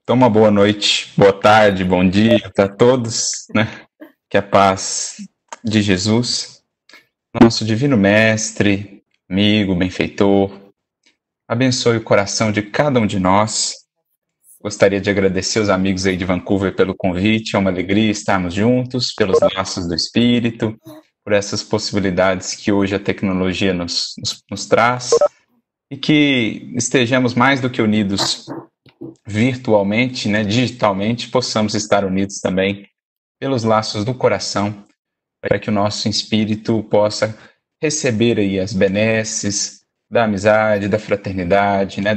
Então, uma boa noite, boa tarde, bom dia para todos, né? Que a paz de Jesus, nosso divino mestre, amigo, benfeitor, abençoe o coração de cada um de nós. Gostaria de agradecer os amigos aí de Vancouver pelo convite, é uma alegria estarmos juntos, pelos laços do Espírito, por essas possibilidades que hoje a tecnologia nos traz e que estejamos mais do que unidos virtualmente, né, digitalmente, possamos estar unidos também pelos laços do coração, para que o nosso espírito possa receber aí as benesses da amizade, da fraternidade, né,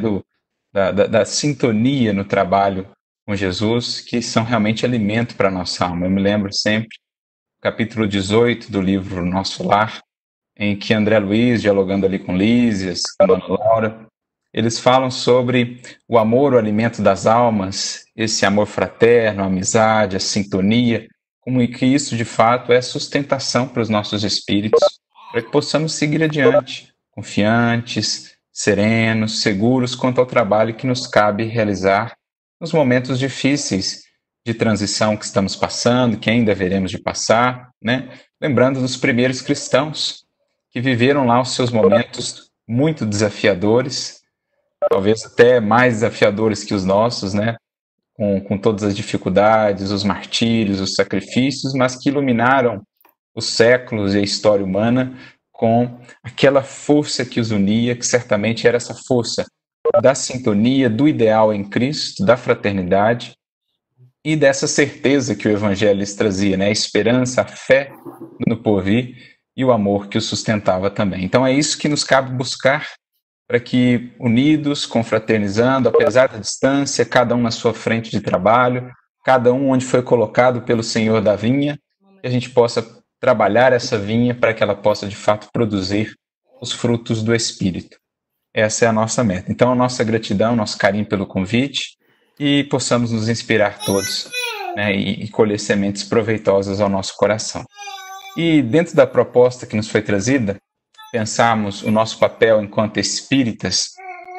da sintonia no trabalho com Jesus, que são realmente alimento para a nossa alma. Eu me lembro sempre, capítulo 18 do livro Nosso Lar, em que André Luiz, dialogando ali com Lísias, com a Dona Laura, eles falam sobre o amor, o alimento das almas, esse amor fraterno, a amizade, a sintonia, como que isso de fato é sustentação para os nossos espíritos, para que possamos seguir adiante, confiantes, serenos, seguros quanto ao trabalho que nos cabe realizar nos momentos difíceis de transição que estamos passando, que ainda veremos de passar, né? Lembrando dos primeiros cristãos que viveram lá os seus momentos muito desafiadores, talvez até mais desafiadores que os nossos, né? Com todas as dificuldades, os martírios, os sacrifícios, mas que iluminaram os séculos e a história humana com aquela força que os unia, que certamente era essa força da sintonia, do ideal em Cristo, da fraternidade e dessa certeza que o Evangelho lhes trazia, né? A esperança, a fé no porvir e o amor que o sustentava também. Então é isso que nos cabe buscar, para que, unidos, confraternizando, apesar da distância, cada um na sua frente de trabalho, cada um onde foi colocado pelo Senhor da vinha, que a gente possa trabalhar essa vinha para que ela possa, de fato, produzir os frutos do Espírito. Essa é a nossa meta. Então, a nossa gratidão, nosso carinho pelo convite e possamos nos inspirar todos, né, e colher sementes proveitosas ao nosso coração. E dentro da proposta que nos foi trazida, pensarmos o nosso papel enquanto espíritas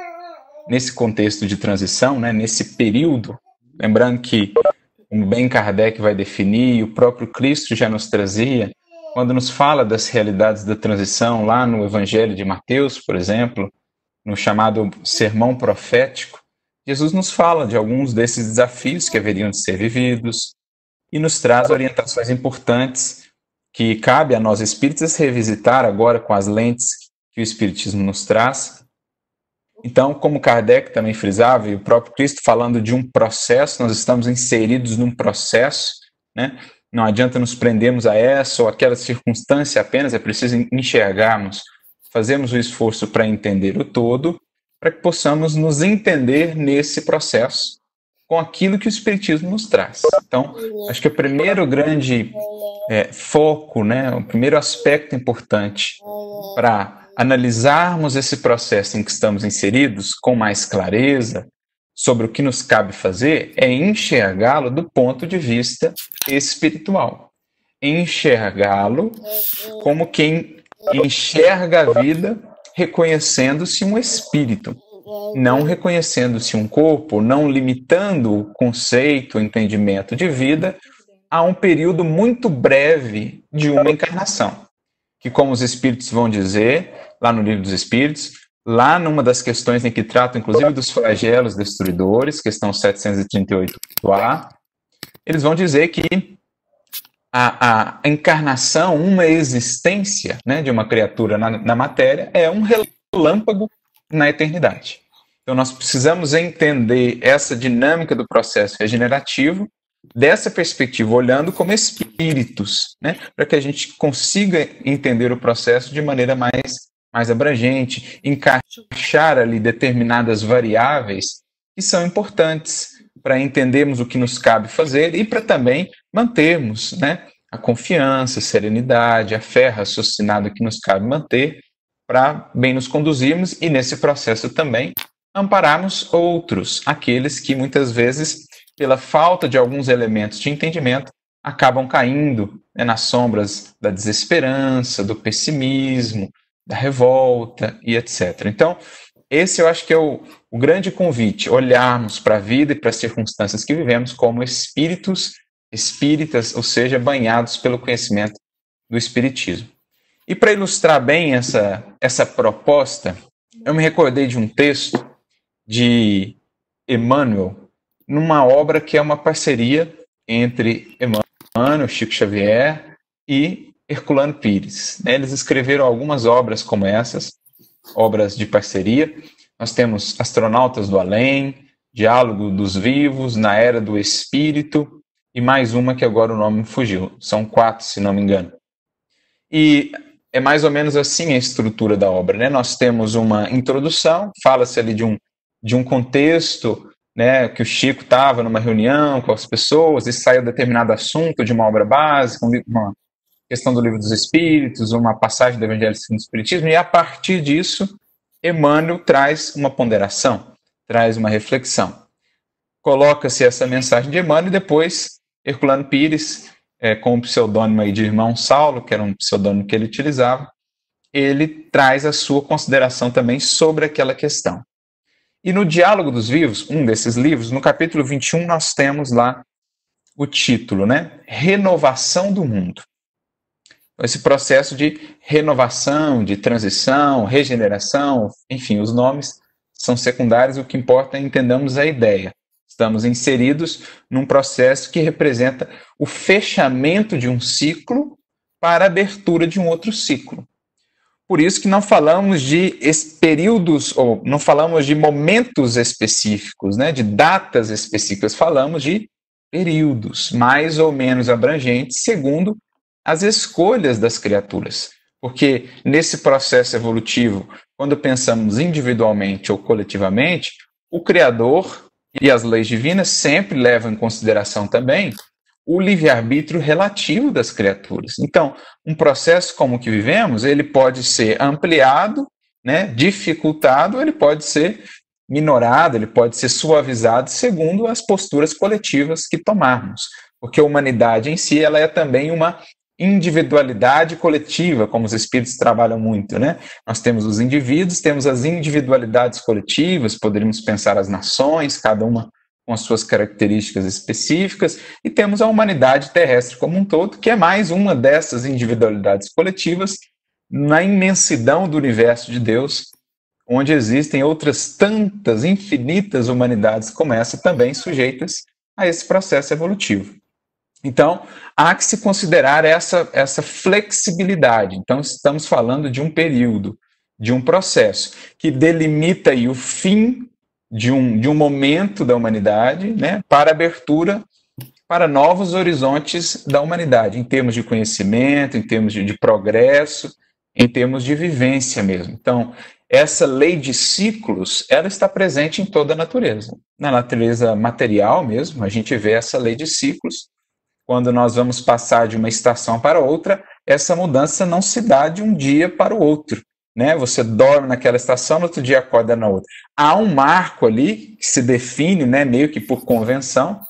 nesse contexto de transição, né, nesse período, lembrando que, como bem Kardec vai definir, o próprio Cristo já nos trazia, quando nos fala das realidades da transição, lá no Evangelho de Mateus, por exemplo, no chamado Sermão Profético, Jesus nos fala de alguns desses desafios que haveriam de ser vividos e nos traz orientações importantes que cabe a nós espíritas revisitar agora com as lentes que o Espiritismo nos traz. Então, como Kardec também frisava, e o próprio Cristo falando de um processo, nós estamos inseridos num processo, né? Não adianta nos prendermos a essa ou aquela circunstância apenas, é preciso enxergarmos, fazermos o esforço para entender o todo, para que possamos nos entender nesse processo, com aquilo que o Espiritismo nos traz. Então, acho que o primeiro grande foco, né, o primeiro aspecto importante para analisarmos esse processo em que estamos inseridos com mais clareza sobre o que nos cabe fazer é enxergá-lo do ponto de vista espiritual. Enxergá-lo como quem enxerga a vida reconhecendo-se um espírito, não reconhecendo-se um corpo, não limitando o conceito, o entendimento de vida a um período muito breve de uma encarnação, que, como os espíritos vão dizer, lá no Livro dos Espíritos, lá numa das questões em que trata, inclusive, dos flagelos destruidores, questão 738A, eles vão dizer que a encarnação, uma existência, né, de uma criatura na matéria, é um relâmpago na eternidade. Então, nós precisamos entender essa dinâmica do processo regenerativo dessa perspectiva, olhando como espíritos, né, para que a gente consiga entender o processo de maneira mais abrangente, encaixar ali determinadas variáveis que são importantes para entendermos o que nos cabe fazer e para também mantermos, né, a confiança, a serenidade, a fé raciocinada que nos cabe manter para bem nos conduzirmos e, nesse processo também, ampararmos outros, aqueles que muitas vezes, pela falta de alguns elementos de entendimento, acabam caindo, né, nas sombras da desesperança, do pessimismo, da revolta e etc. Então, esse eu acho que é o grande convite, olharmos para a vida e para as circunstâncias que vivemos como espíritos, espíritas, ou seja, banhados pelo conhecimento do Espiritismo. E para ilustrar bem essa proposta, eu me recordei de um texto de Emmanuel, numa obra que é uma parceria entre Emmanuel, Chico Xavier e Herculano Pires. Eles escreveram algumas obras como essas, obras de parceria. Nós temos Astronautas do Além, Diálogo dos Vivos, Na Era do Espírito, e mais uma que agora o nome me fugiu. São 4, se não me engano. E é mais ou menos assim a estrutura da obra, né? Nós temos uma introdução, fala-se ali de um contexto, né, que o Chico estava numa reunião com as pessoas e saiu determinado assunto de uma obra básica, uma questão do Livro dos Espíritos, uma passagem do Evangelho segundo o Espiritismo, e a partir disso, Emmanuel traz uma ponderação, traz uma reflexão. Coloca-se essa mensagem de Emmanuel e depois Herculano Pires, com o pseudônimo aí de Irmão Saulo, que era um pseudônimo que ele utilizava, ele traz a sua consideração também sobre aquela questão. E no Diálogo dos Vivos, um desses livros, no capítulo 21, nós temos lá o título, né? Renovação do Mundo. Esse processo de renovação, de transição, regeneração, enfim, os nomes são secundários, o que importa é entendamos a ideia. Estamos inseridos num processo que representa o fechamento de um ciclo para a abertura de um outro ciclo. Por isso que não falamos de períodos, ou não falamos de momentos específicos, né, de datas específicas, falamos de períodos mais ou menos abrangentes, segundo as escolhas das criaturas. Porque nesse processo evolutivo, quando pensamos individualmente ou coletivamente, o Criador e as leis divinas sempre levam em consideração também o livre-arbítrio relativo das criaturas. Então, um processo como o que vivemos, ele pode ser ampliado, né, dificultado, ele pode ser minorado, ele pode ser suavizado segundo as posturas coletivas que tomarmos. Porque a humanidade em si, ela é também uma individualidade coletiva, como os espíritos trabalham muito, né? Nós temos os indivíduos, temos as individualidades coletivas, poderíamos pensar as nações, cada uma com as suas características específicas, e temos a humanidade terrestre como um todo, que é mais uma dessas individualidades coletivas na imensidão do universo de Deus, onde existem outras tantas, infinitas humanidades como essa, também sujeitas a esse processo evolutivo. Então, há que se considerar essa flexibilidade. Então, estamos falando de um período, de um processo, que delimita aí o fim de um momento da humanidade, né, para abertura para novos horizontes da humanidade, em termos de conhecimento, em termos de progresso, em termos de vivência mesmo. Então, essa lei de ciclos, ela está presente em toda a natureza. Na natureza material mesmo, a gente vê essa lei de ciclos. Quando nós vamos passar de uma estação para outra, essa mudança não se dá de um dia para o outro, né? Você dorme naquela estação, no outro dia acorda na outra. Há um marco ali que se define, né, meio que por convenção,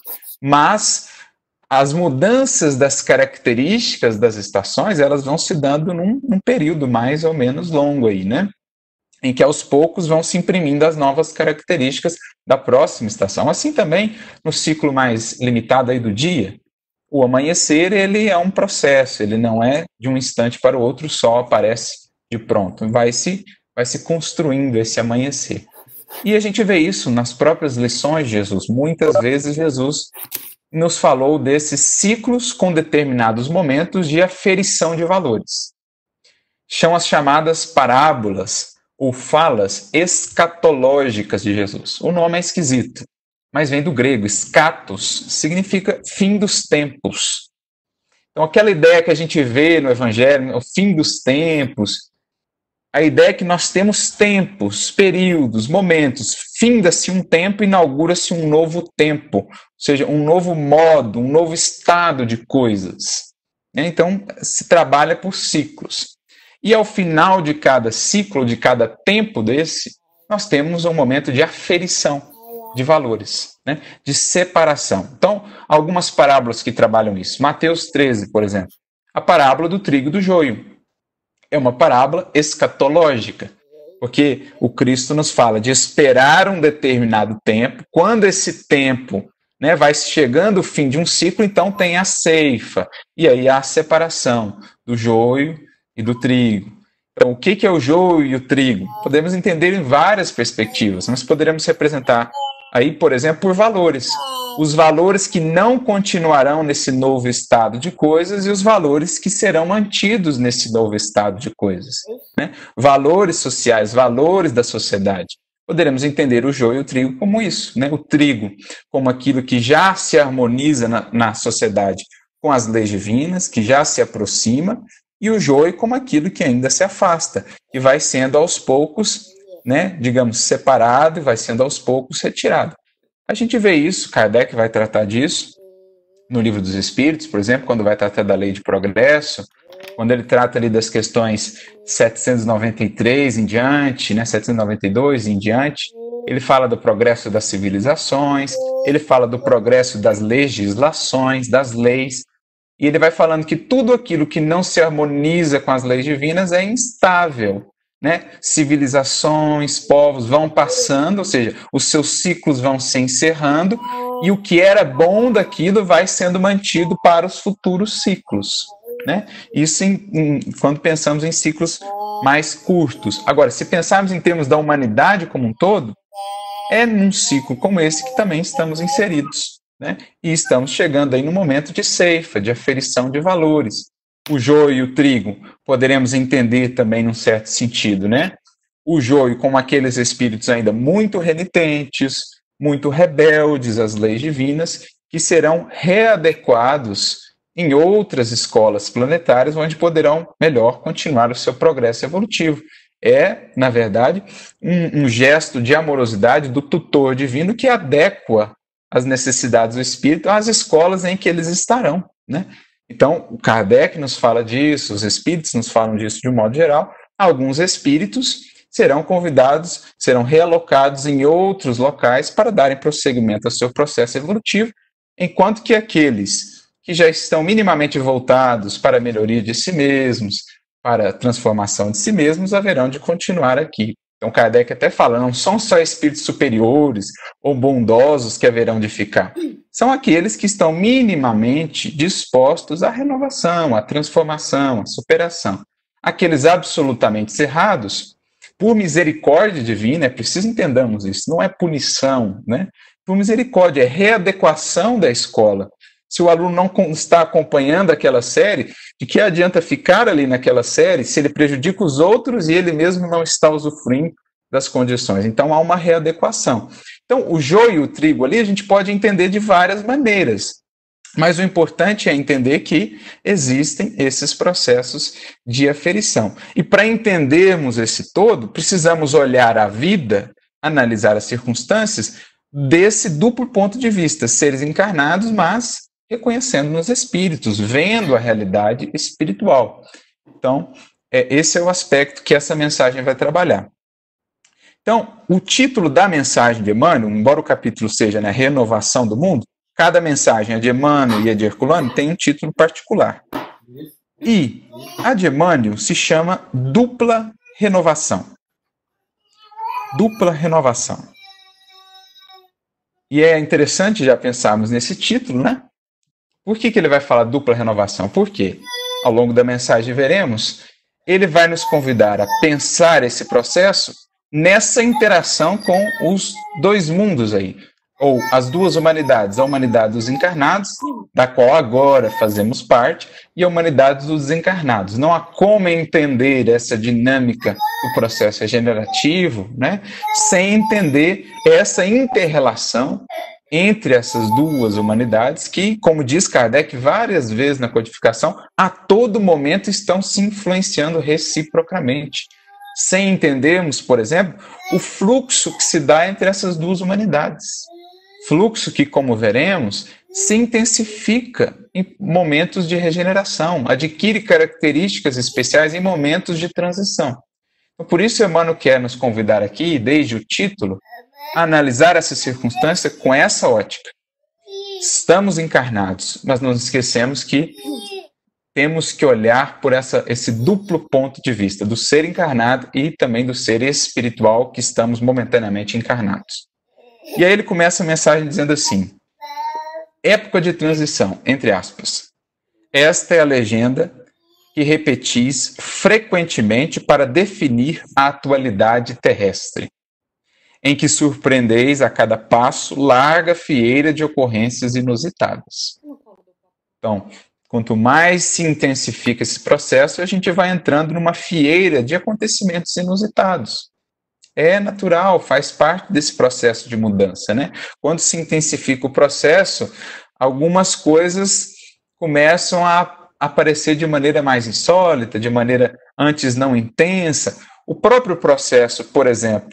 mas as mudanças das características das estações, elas vão se dando num período mais ou menos longo aí, né? Em que aos poucos vão se imprimindo as novas características da próxima estação. Assim também no ciclo mais limitado aí do dia, o amanhecer, ele é um processo, ele não é de um instante para o outro, o sol aparece de pronto, vai se construindo esse amanhecer. E a gente vê isso nas próprias lições de Jesus. Muitas vezes Jesus nos falou desses ciclos com determinados momentos de aferição de valores. São as chamadas parábolas ou falas escatológicas de Jesus. O nome é esquisito, mas vem do grego, escatos, significa fim dos tempos. Então, aquela ideia que a gente vê no Evangelho, o fim dos tempos, a ideia é que nós temos tempos, períodos, momentos, finda-se um tempo, inaugura-se um novo tempo, ou seja, um novo modo, um novo estado de coisas. Então, se trabalha por ciclos. E ao final de cada ciclo, de cada tempo desse, nós temos um momento de aferição de valores, né? De separação. Então, algumas parábolas que trabalham isso. Mateus 13, por exemplo, a parábola do trigo e do joio. É uma parábola escatológica. Porque o Cristo nos fala de esperar um determinado tempo. Quando esse tempo, né, vai chegando o fim de um ciclo, então tem a ceifa. E aí há a separação do joio e do trigo. Então, o que é o joio e o trigo? Podemos entender em várias perspectivas. Nós poderemos representar aí, por exemplo, por valores. Os valores que não continuarão nesse novo estado de coisas e os valores que serão mantidos nesse novo estado de coisas, né? Valores sociais, valores da sociedade. Poderemos entender o joio e o trigo como isso, né? O trigo como aquilo que já se harmoniza na sociedade com as leis divinas, que já se aproxima, e o joio como aquilo que ainda se afasta, que vai sendo aos poucos, né, digamos, separado e vai sendo aos poucos retirado. A gente vê isso, Kardec vai tratar disso no Livro dos Espíritos, por exemplo, quando vai tratar da lei de progresso, quando ele trata ali das questões 793 em diante, né, 792 em diante, ele fala do progresso das civilizações, ele fala do progresso das legislações, das leis, e ele vai falando que tudo aquilo que não se harmoniza com as leis divinas é instável, né? Civilizações, povos vão passando, ou seja, os seus ciclos vão se encerrando, e o que era bom daquilo vai sendo mantido para os futuros ciclos, né? Isso quando pensamos em ciclos mais curtos. Agora, se pensarmos em termos da humanidade como um todo, é num ciclo como esse que também estamos inseridos, né? E estamos chegando aí no momento de ceifa, de aferição de valores. O joio e o trigo poderemos entender também num certo sentido, né? O joio como aqueles espíritos ainda muito renitentes, muito rebeldes às leis divinas, que serão readequados em outras escolas planetárias, onde poderão melhor continuar o seu progresso evolutivo. É, na verdade, um gesto de amorosidade do tutor divino que adequa as necessidades do espírito às escolas em que eles estarão, né? Então, o Kardec nos fala disso, os espíritos nos falam disso de um modo geral. Alguns espíritos serão convidados, serão realocados em outros locais para darem prosseguimento ao seu processo evolutivo, enquanto que aqueles que já estão minimamente voltados para a melhoria de si mesmos, para a transformação de si mesmos, haverão de continuar aqui. Então, Kardec até fala, não são só espíritos superiores ou bondosos que haverão de ficar. São aqueles que estão minimamente dispostos à renovação, à transformação, à superação. Aqueles absolutamente errados, por misericórdia divina, é preciso entendamos isso, não é punição, né? Por misericórdia, é readequação da escola. Se o aluno não está acompanhando aquela série, de que adianta ficar ali naquela série se ele prejudica os outros e ele mesmo não está usufruindo das condições? Então, há uma readequação. Então, o joio e o trigo ali a gente pode entender de várias maneiras, mas o importante é entender que existem esses processos de aferição. E para entendermos esse todo, precisamos olhar a vida, analisar as circunstâncias desse duplo ponto de vista, seres encarnados, mas reconhecendo nos espíritos, vendo a realidade espiritual. Então, esse é o aspecto que essa mensagem vai trabalhar. Então, o título da mensagem de Emmanuel, embora o capítulo seja, né, Renovação do Mundo, cada mensagem, a de Emmanuel e a de Herculano, tem um título particular. E a de Emmanuel se chama Dupla Renovação. Dupla Renovação. E é interessante já pensarmos nesse título, né? Por que ele vai falar dupla renovação? Porque, ao longo da mensagem veremos, ele vai nos convidar a pensar esse processo nessa interação com os dois mundos aí, ou as duas humanidades, a humanidade dos encarnados, da qual agora fazemos parte, e a humanidade dos desencarnados. Não há como entender essa dinâmica do processo regenerativo, né, sem entender essa inter-relação entre essas duas humanidades que, como diz Kardec várias vezes na codificação, a todo momento estão se influenciando reciprocamente. Sem entendermos, por exemplo, o fluxo que se dá entre essas duas humanidades. Fluxo que, como veremos, se intensifica em momentos de regeneração, adquire características especiais em momentos de transição. Então, por isso, Emmanuel quer nos convidar aqui, desde o título, a analisar essa circunstância com essa ótica. Estamos encarnados, mas não esquecemos que temos que olhar por esse duplo ponto de vista, do ser encarnado e também do ser espiritual que estamos momentaneamente encarnados. E aí ele começa a mensagem dizendo assim: época de transição, entre aspas. Esta é a legenda que repetis frequentemente para definir a atualidade terrestre, em que surpreendeis a cada passo larga fieira de ocorrências inusitadas. Então, quanto mais se intensifica esse processo, a gente vai entrando numa fieira de acontecimentos inusitados. É natural, faz parte desse processo de mudança, né? Quando se intensifica o processo, algumas coisas começam a aparecer de maneira mais insólita, de maneira antes não intensa. O próprio processo, por exemplo,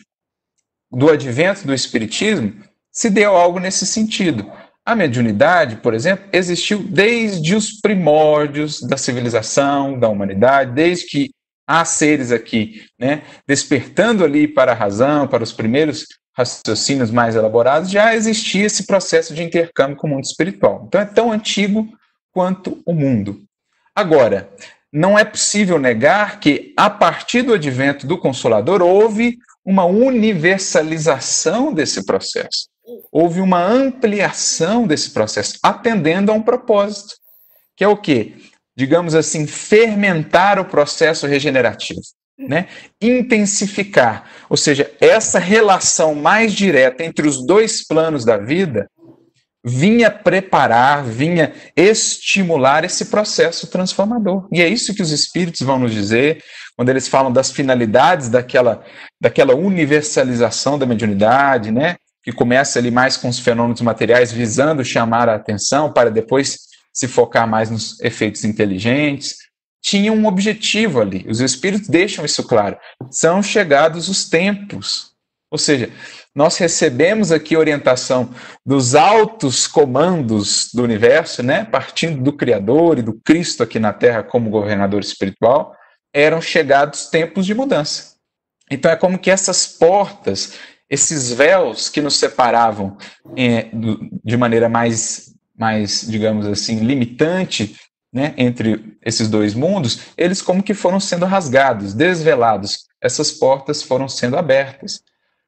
do advento do Espiritismo, se deu algo nesse sentido. A mediunidade, por exemplo, existiu desde os primórdios da civilização, da humanidade, desde que há seres aqui, né, despertando ali para a razão, para os primeiros raciocínios mais elaborados, já existia esse processo de intercâmbio com o mundo espiritual. Então é tão antigo quanto o mundo. Agora, não é possível negar que, a partir do advento do Consolador, houve uma universalização desse processo. Houve uma ampliação desse processo, atendendo a um propósito, que é o quê? Digamos assim, fermentar o processo regenerativo, né? Intensificar, ou seja, essa relação mais direta entre os dois planos da vida vinha preparar, vinha estimular esse processo transformador. E é isso que os espíritos vão nos dizer quando eles falam das finalidades daquela universalização da mediunidade, né? Que começa ali mais com os fenômenos materiais, visando chamar a atenção para depois se focar mais nos efeitos inteligentes. Tinha um objetivo ali. Os espíritos deixam isso claro. São chegados os tempos. Ou seja, nós recebemos aqui orientação dos altos comandos do universo, né? Partindo do Criador e do Cristo aqui na Terra como governador espiritual, eram chegados tempos de mudança. Então é como que essas portas, esses véus que nos separavam de maneira mais, digamos assim, limitante, né, entre esses dois mundos, eles como que foram sendo rasgados, desvelados. Essas portas foram sendo abertas.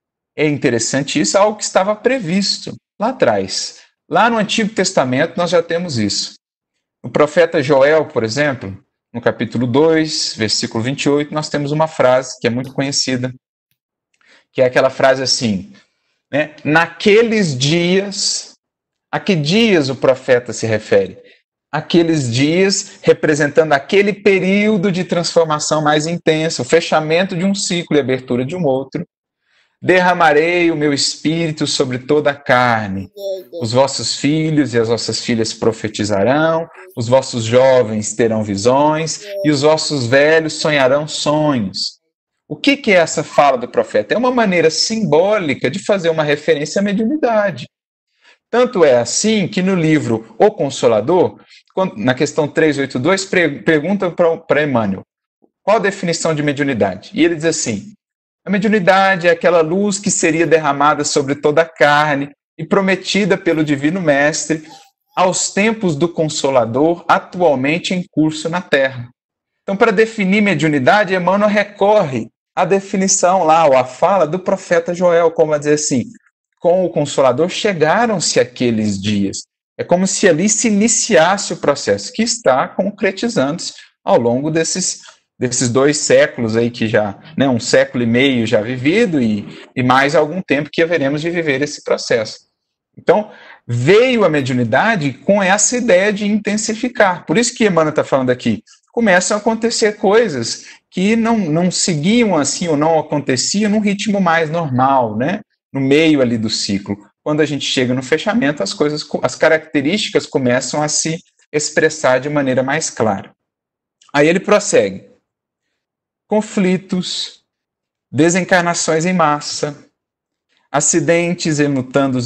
É interessante isso, é algo que estava previsto lá atrás. Lá no Antigo Testamento nós já temos isso. O profeta Joel, por exemplo, no capítulo 2, versículo 28, nós temos uma frase que é muito conhecida, que é aquela frase assim, né? Naqueles dias, a que dias o profeta se refere? Aqueles dias representando aquele período de transformação mais intensa, o fechamento de um ciclo e abertura de um outro. Derramarei o meu espírito sobre toda a carne. Os vossos filhos e as vossas filhas profetizarão, os vossos jovens terão visões e os vossos velhos sonharão sonhos. O que é essa fala do profeta? É uma maneira simbólica de fazer uma referência à mediunidade. Tanto é assim que no livro O Consolador, na questão 382, pergunta para Emmanuel qual a definição de mediunidade. E ele diz assim: a mediunidade é aquela luz que seria derramada sobre toda a carne e prometida pelo Divino Mestre aos tempos do Consolador, atualmente em curso na Terra. Então, para definir mediunidade, Emmanuel recorre à definição lá, ou à fala do profeta Joel, como a dizer assim, com o Consolador chegaram-se aqueles dias. É como se ali se iniciasse o processo, que está concretizando-se ao longo desses 2 séculos aí que já, né, 1 século e meio já vivido e mais algum tempo que haveremos de viver esse processo. Então, veio a mediunidade com essa ideia de intensificar. Por isso que Emmanuel está falando aqui, começam a acontecer coisas que não seguiam assim ou não aconteciam num ritmo mais normal, né, no meio ali do ciclo. Quando a gente chega no fechamento, as características começam a se expressar de maneira mais clara. Aí ele prossegue. Conflitos, desencarnações em massa, acidentes enlutando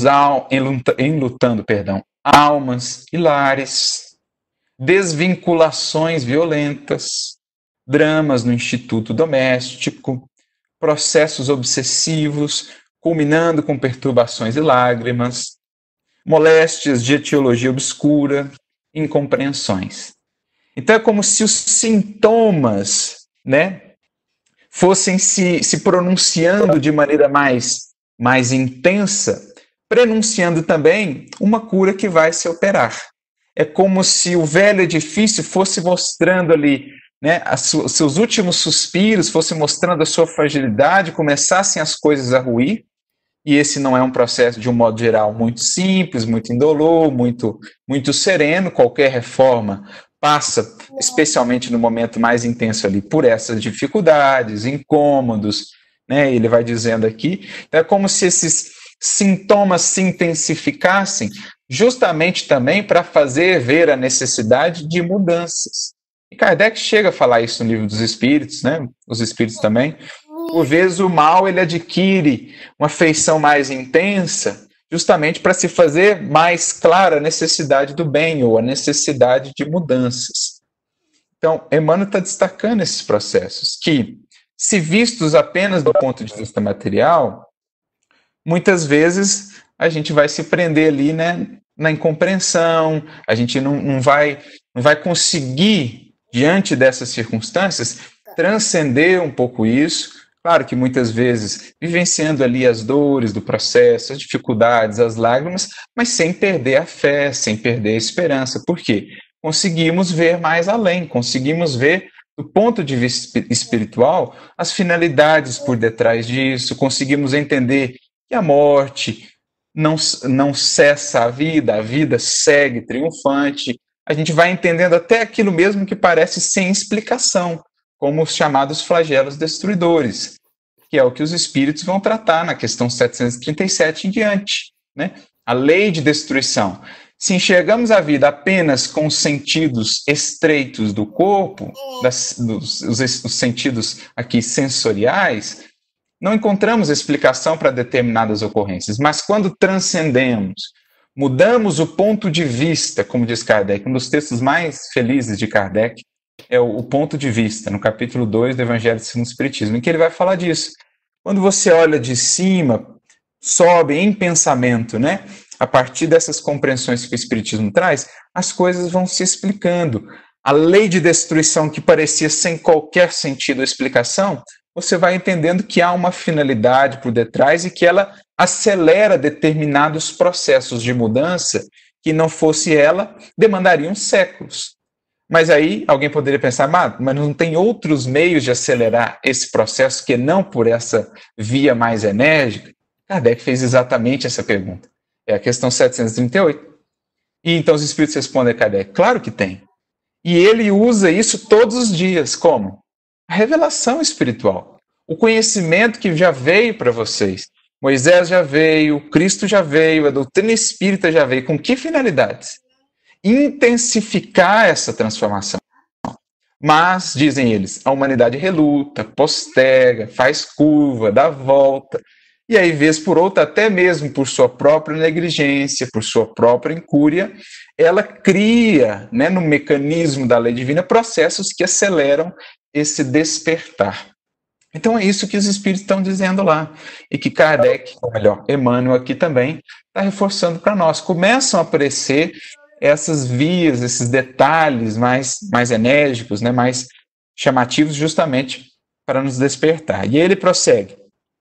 almas e lares, desvinculações violentas, dramas no instituto doméstico, processos obsessivos, culminando com perturbações e lágrimas, moléstias de etiologia obscura, incompreensões. Então é como se os sintomas, né, fossem se pronunciando de maneira mais intensa, prenunciando também uma cura que vai se operar. É como se o velho edifício fosse mostrando ali, né, os seus últimos suspiros, fosse mostrando a sua fragilidade, começassem as coisas a ruir, e esse não é um processo, de um modo geral, muito simples, muito indolor, muito sereno. Qualquer reforma passa, especialmente no momento mais intenso ali, por essas dificuldades, incômodos, né? Ele vai dizendo aqui. Então é como se esses sintomas se intensificassem, justamente também para fazer ver a necessidade de mudanças. E Kardec chega a falar isso no Livro dos Espíritos, né? Os Espíritos também. Por vezes o mal ele adquire uma feição mais intensa, justamente para se fazer mais clara a necessidade do bem ou a necessidade de mudanças. Então, Emmanuel está destacando esses processos que, se vistos apenas do ponto de vista material, muitas vezes a gente vai se prender ali, né, na incompreensão, a gente não vai conseguir, diante dessas circunstâncias, transcender um pouco isso. Claro que muitas vezes vivenciando ali as dores do processo, as dificuldades, as lágrimas, mas sem perder a fé, sem perder a esperança. Por quê? Conseguimos ver mais além, conseguimos ver do ponto de vista espiritual as finalidades por detrás disso, conseguimos entender que a morte não cessa a vida segue triunfante. A gente vai entendendo até aquilo mesmo que parece sem explicação, como os chamados flagelos destruidores, que é o que os espíritos vão tratar na questão 737 em diante, né? A lei de destruição. Se enxergamos a vida apenas com os sentidos estreitos do corpo, os sentidos aqui sensoriais, não encontramos explicação para determinadas ocorrências. Mas quando transcendemos, mudamos o ponto de vista, como diz Kardec, um dos textos mais felizes de Kardec é o ponto de vista, no capítulo 2 do Evangelho segundo o Espiritismo, em que ele vai falar disso. Quando você olha de cima, sobe em pensamento, né? A partir dessas compreensões que o Espiritismo traz, as coisas vão se explicando. A lei de destruição que parecia sem qualquer sentido ou explicação, você vai entendendo que há uma finalidade por detrás e que ela acelera determinados processos de mudança que, não fosse ela, demandariam séculos. Mas aí alguém poderia pensar, mas não tem outros meios de acelerar esse processo que não por essa via mais enérgica? Kardec fez exatamente essa pergunta. É a questão 738. E então os espíritos respondem a Kardec, claro que tem. E ele usa isso todos os dias, como? A revelação espiritual. O conhecimento que já veio para vocês. Moisés já veio, Cristo já veio, a doutrina espírita já veio. Com que finalidades? Intensificar essa transformação. Mas, dizem eles, a humanidade reluta, posterga, faz curva, dá volta. E aí, vez por outra, até mesmo por sua própria negligência, por sua própria incúria, ela cria, né, no mecanismo da lei divina, processos que aceleram esse despertar. Então é isso que os espíritos estão dizendo lá. E que Kardec, ou melhor, Emmanuel aqui também, está reforçando para nós. Começam a aparecer essas vias, esses detalhes mais enérgicos, né, mais chamativos, justamente para nos despertar. E ele prossegue.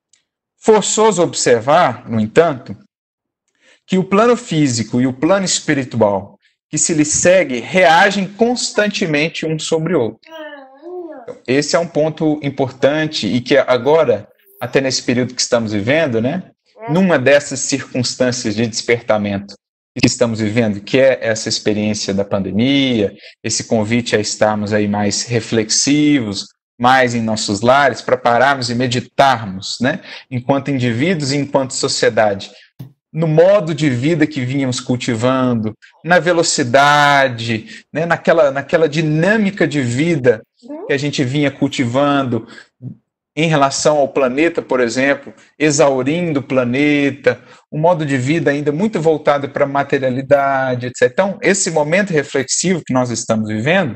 Forçoso observar, no entanto, que o plano físico e o plano espiritual que se lhe segue reagem constantemente um sobre o outro. Esse é um ponto importante e que agora, até nesse período que estamos vivendo, né, numa dessas circunstâncias de despertamento que estamos vivendo, que é essa experiência da pandemia, esse convite a estarmos aí mais reflexivos, mais em nossos lares, para pararmos e meditarmos, né, enquanto indivíduos e enquanto sociedade, no modo de vida que vínhamos cultivando, na velocidade, né, naquela dinâmica de vida que a gente vinha cultivando em relação ao planeta, por exemplo, exaurindo o planeta, um modo de vida ainda muito voltado para a materialidade, etc. Então, esse momento reflexivo que nós estamos vivendo,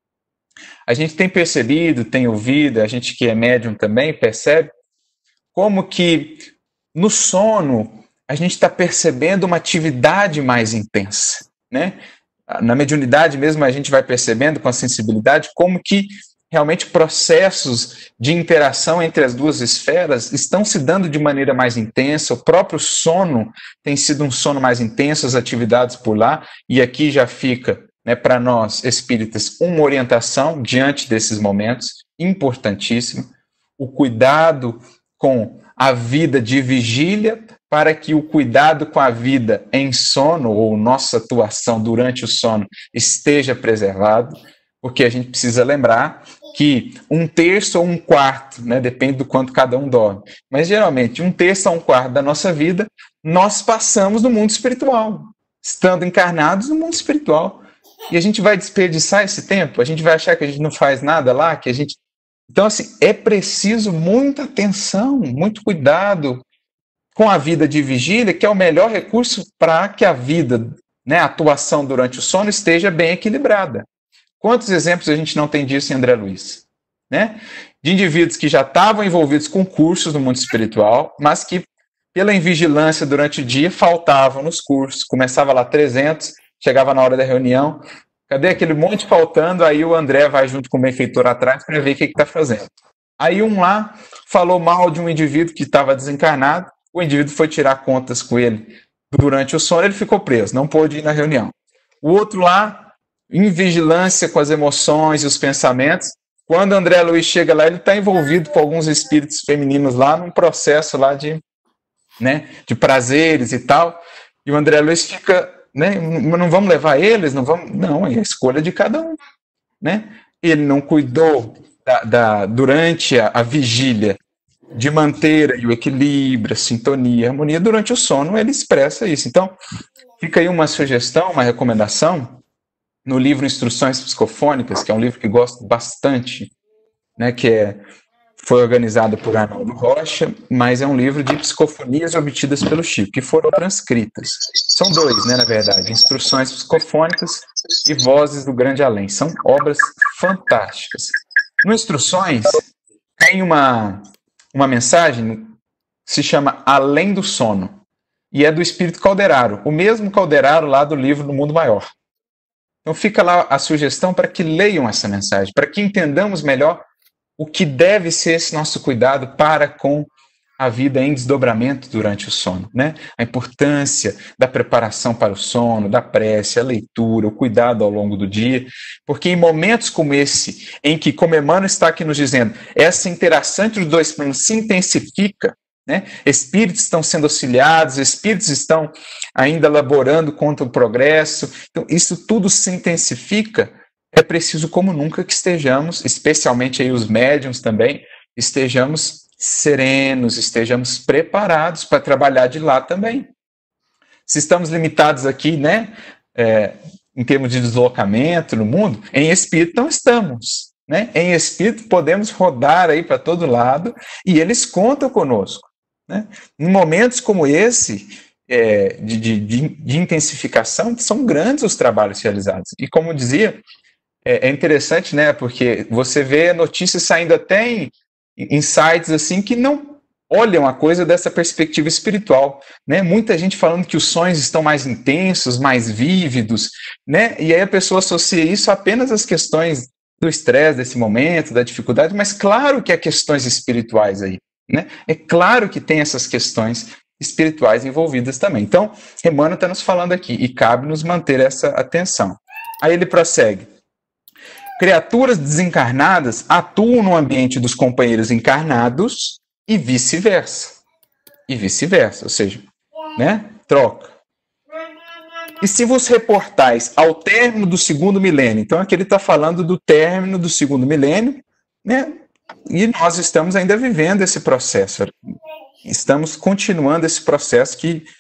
a gente tem percebido, tem ouvido, a gente que é médium também percebe, como que no sono a gente está percebendo uma atividade mais intensa, né? na mediunidade mesmo, a gente vai percebendo com a sensibilidade como que realmente processos de interação entre as duas esferas estão se dando de maneira mais intensa, o próprio sono tem sido um sono mais intenso, as atividades por lá, e aqui já fica, né, para nós espíritas uma orientação diante desses momentos, importantíssima, o cuidado com a vida de vigília, para que o cuidado com a vida em sono, ou nossa atuação durante o sono, esteja preservado, porque a gente precisa lembrar que 1/3 ou 1/4, né, depende do quanto cada um dorme, mas geralmente 1/3 a 1/4 da nossa vida, nós passamos no mundo espiritual, estando encarnados no mundo espiritual. E a gente vai desperdiçar esse tempo? A gente vai achar que a gente não faz nada lá? Que a gente... Então, assim, é preciso muita atenção, muito cuidado com a vida de vigília, que é o melhor recurso para que a vida, né, a atuação durante o sono esteja bem equilibrada. Quantos exemplos a gente não tem disso em André Luiz? Né? De indivíduos que já estavam envolvidos com cursos no mundo espiritual, mas que, pela invigilância durante o dia, faltavam nos cursos. Começava lá 300, chegava na hora da reunião, cadê aquele monte faltando? Aí o André vai junto com o benfeitor atrás para ver o que está fazendo. Aí um lá falou mal de um indivíduo que estava desencarnado, o indivíduo foi tirar contas com ele durante o sono, ele ficou preso, não pôde ir na reunião. O outro lá, em vigilância com as emoções e os pensamentos, quando André Luiz chega lá, ele está envolvido com alguns espíritos femininos lá, num processo lá de, né, de prazeres e tal, e o André Luiz fica, né, não vamos levar eles, não, é a escolha de cada um, né? Ele não cuidou durante a vigília de manter aí o equilíbrio, a sintonia, a harmonia. Durante o sono ele expressa isso. Então, fica aí uma sugestão, uma recomendação, no livro Instruções Psicofônicas, que é um livro que gosto bastante, né, foi organizado por Arnaldo Rocha, mas é um livro de psicofonias obtidas pelo Chico, que foram transcritas. São 2, né, na verdade, Instruções Psicofônicas e Vozes do Grande Além. São obras fantásticas. No Instruções, tem uma mensagem que se chama Além do Sono, e é do Espírito Calderaro, o mesmo Calderaro lá do livro No Mundo Maior. Então fica lá a sugestão para que leiam essa mensagem, para que entendamos melhor o que deve ser esse nosso cuidado para com a vida em desdobramento durante o sono, né? A importância da preparação para o sono, da prece, a leitura, o cuidado ao longo do dia, porque em momentos como esse, em que, como Emmanuel está aqui nos dizendo, essa interação entre os dois planos se intensifica, né? Espíritos estão sendo auxiliados, espíritos estão ainda laborando contra o progresso, então isso tudo se intensifica. É preciso, como nunca, que estejamos, especialmente aí os médiuns também, estejamos serenos, estejamos preparados para trabalhar de lá também. Se estamos limitados aqui, né, em termos de deslocamento no mundo, em espírito não estamos, né? Em espírito podemos rodar aí para todo lado e eles contam conosco, né? Em momentos como esse, de intensificação, são grandes os trabalhos realizados. E como dizia, é interessante, né, porque você vê notícias saindo até em sites assim que não olham a coisa dessa perspectiva espiritual, né? Muita gente falando que os sonhos estão mais intensos, mais vívidos, né? E aí a pessoa associa isso apenas às questões do estresse desse momento, da dificuldade, mas claro que há questões espirituais aí, né? É claro que tem essas questões espirituais envolvidas também. Então, Emmanuel está nos falando aqui e cabe nos manter essa atenção. Aí ele prossegue. Criaturas desencarnadas atuam no ambiente dos companheiros encarnados e vice-versa. Ou seja, né? Troca. E se vos reportais ao término do segundo milênio, então aqui ele está falando do término do segundo milênio, né? E nós estamos ainda vivendo esse processo. Estamos continuando esse processo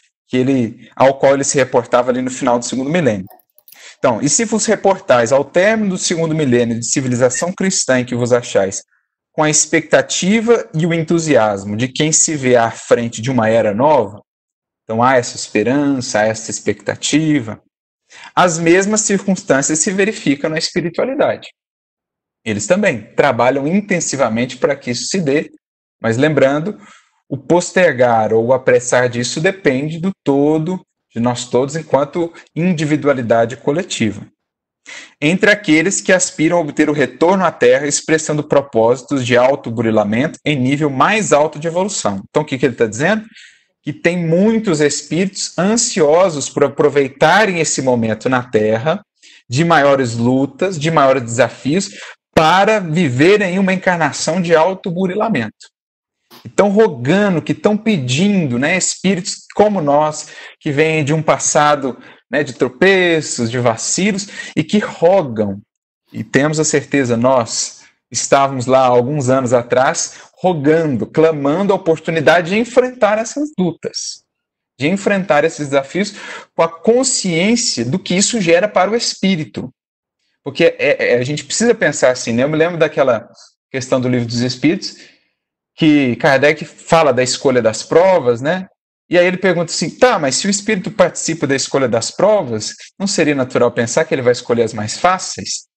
ao qual ele se reportava ali no final do segundo milênio. Então, e se vos reportais ao término do segundo milênio de civilização cristã em que vos achais, com a expectativa e o entusiasmo de quem se vê à frente de uma era nova, então há essa esperança, há essa expectativa, as mesmas circunstâncias se verificam na espiritualidade. Eles também trabalham intensivamente para que isso se dê, mas lembrando, o postergar ou o apressar disso depende do todo de nós todos enquanto individualidade coletiva. Entre aqueles que aspiram a obter o retorno à Terra expressando propósitos de autoburilamento em nível mais alto de evolução. Então, o que ele está dizendo? Que tem muitos espíritos ansiosos por aproveitarem esse momento na Terra, de maiores lutas, de maiores desafios, para viverem uma encarnação de autoburilamento. Estão rogando, que estão pedindo, né, espíritos como nós, que vêm de um passado, né, de tropeços, de vacilos, e que rogam, e temos a certeza, nós estávamos lá alguns anos atrás, rogando, clamando a oportunidade de enfrentar essas lutas, de enfrentar esses desafios com a consciência do que isso gera para o espírito. Porque a gente precisa pensar assim, né? Eu me lembro daquela questão do Livro dos Espíritos, que Kardec fala da escolha das provas, né? E aí ele pergunta assim, tá, mas se o espírito participa da escolha das provas, não seria natural pensar que ele vai escolher as mais fáceis?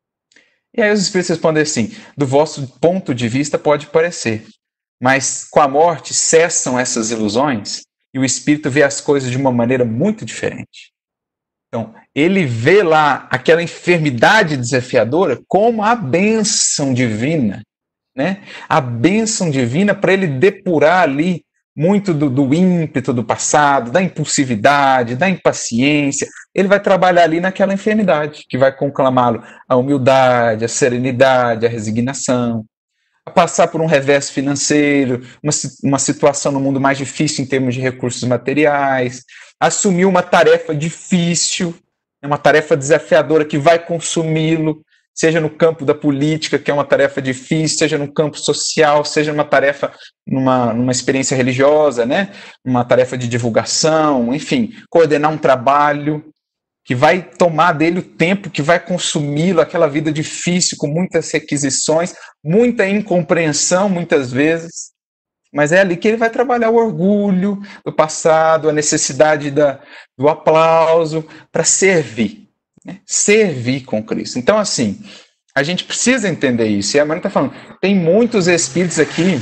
E aí os espíritos respondem assim, do vosso ponto de vista pode parecer, mas com a morte cessam essas ilusões e o espírito vê as coisas de uma maneira muito diferente. Então, ele vê lá aquela enfermidade desafiadora como a bênção divina, né? A bênção divina para ele depurar ali muito do ímpeto do passado, da impulsividade, da impaciência. Ele vai trabalhar ali naquela enfermidade, que vai conclamá-lo a humildade, a serenidade, a resignação, a passar por um revés financeiro, uma situação no mundo mais difícil em termos de recursos materiais, assumir uma tarefa difícil, uma tarefa desafiadora que vai consumi-lo, seja no campo da política, que é uma tarefa difícil, seja no campo social, seja numa tarefa, numa experiência religiosa, né? Uma tarefa de divulgação, enfim, coordenar um trabalho que vai tomar dele o tempo, que vai consumi-lo, aquela vida difícil, com muitas requisições, muita incompreensão, muitas vezes, mas é ali que ele vai trabalhar o orgulho do passado, a necessidade do aplauso, para servir, né? Servir com Cristo. Então, assim, a gente precisa entender isso. E a Mãe está falando, tem muitos espíritos aqui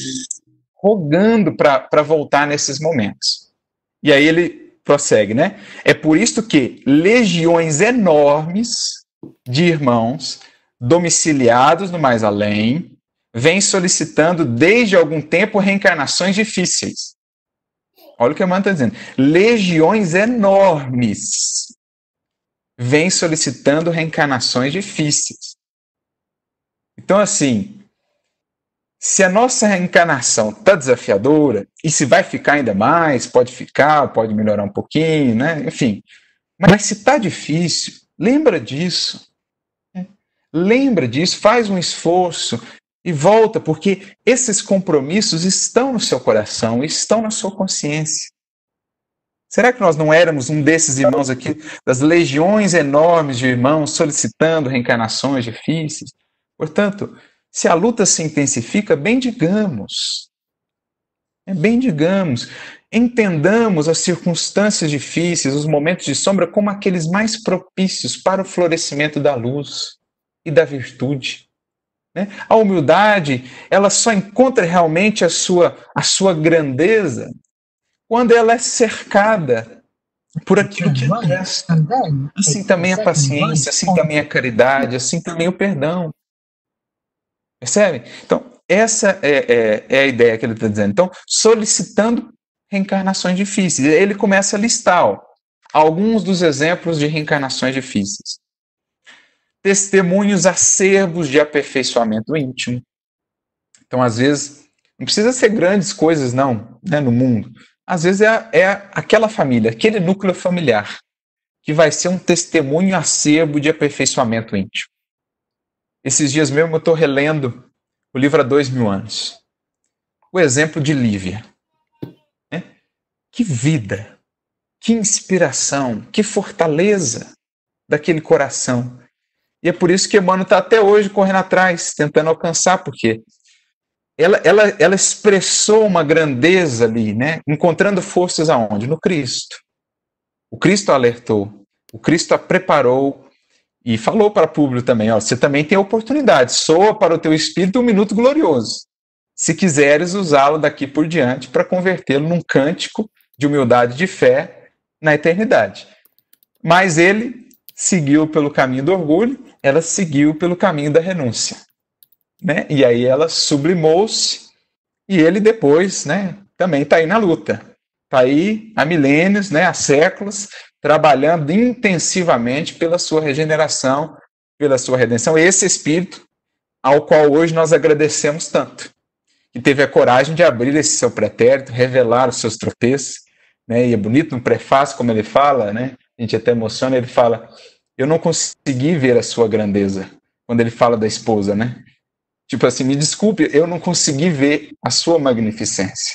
rogando para voltar nesses momentos. E aí ele prossegue, né? É por isso que legiões enormes de irmãos domiciliados no mais além vêm solicitando desde algum tempo reencarnações difíceis. Olha o que a Emmanuel está dizendo. Legiões enormes vêm solicitando reencarnações difíceis. Então, assim, se a nossa reencarnação está desafiadora, e se vai ficar ainda mais, pode ficar, pode melhorar um pouquinho, né? Enfim. Mas se está difícil, lembra disso. Né? Lembra disso, faz um esforço e volta, porque esses compromissos estão no seu coração, estão na sua consciência. Será que nós não éramos um desses irmãos aqui, das legiões enormes de irmãos solicitando reencarnações difíceis? Portanto, se a luta se intensifica, bendigamos, entendamos as circunstâncias difíceis, os momentos de sombra, como aqueles mais propícios para o florescimento da luz e da virtude. Né? A humildade, ela só encontra realmente a sua grandeza quando ela é cercada por aquilo que resta. Assim também a paciência, assim também a caridade, assim também o perdão. Percebe? Então, essa é a ideia que ele está dizendo. Então, solicitando reencarnações difíceis. Ele começa a listar alguns dos exemplos de reencarnações difíceis. Testemunhos acerbos de aperfeiçoamento íntimo. Então, às vezes, não precisa ser grandes coisas, não, né, no mundo. Às vezes é aquela família, aquele núcleo familiar, que vai ser um testemunho acerbo de aperfeiçoamento íntimo. Esses dias mesmo eu estou relendo o livro Há 2000 anos. O exemplo de Lívia. Né? Que vida, que inspiração, que fortaleza daquele coração. E é por isso que Emmanuel está até hoje correndo atrás, tentando alcançar, porque ela expressou uma grandeza ali, né? Encontrando forças aonde? No Cristo. O Cristo a alertou, o Cristo a preparou, e falou para o público também, ó, você também tem a oportunidade, soa para o teu espírito um minuto glorioso. Se quiseres usá-lo daqui por diante para convertê-lo num cântico de humildade e de fé na eternidade. Mas ele seguiu pelo caminho do orgulho, ela seguiu pelo caminho da renúncia. Né? E aí ela sublimou-se, e ele depois, né, também está aí na luta. Está aí há milênios, né, há séculos, trabalhando intensivamente pela sua regeneração, pela sua redenção. Esse Espírito ao qual hoje nós agradecemos tanto, que teve a coragem de abrir esse seu pretérito, revelar os seus tropeços, né? E é bonito no prefácio como ele fala, né? A gente até emociona, ele fala, eu não consegui ver a sua grandeza, quando ele fala da esposa, né? Tipo assim, me desculpe, eu não consegui ver a sua magnificência.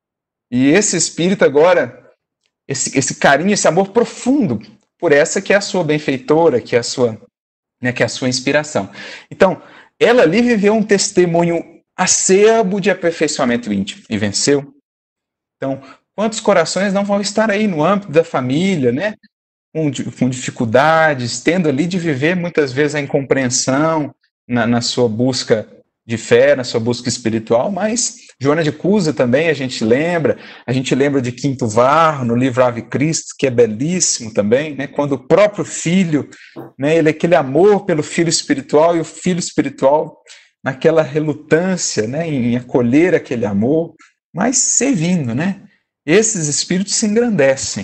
E esse Espírito agora, esse carinho, esse amor profundo por essa que é a sua benfeitora, que é a sua, né, que é a sua inspiração. Então, ela ali viveu um testemunho acerbo de aperfeiçoamento íntimo e venceu. Então, quantos corações não vão estar aí no âmbito da família, né? Com dificuldades, tendo ali de viver muitas vezes a incompreensão na sua busca de fé, na sua busca espiritual, mas Joana de Cusa também a gente lembra de Quinto Varro, no livro Ave Cristo, que é belíssimo também, né? Quando o próprio filho, né, ele é aquele amor pelo filho espiritual, e o filho espiritual naquela relutância, né, em acolher aquele amor, mas servindo, né? Esses espíritos se engrandecem.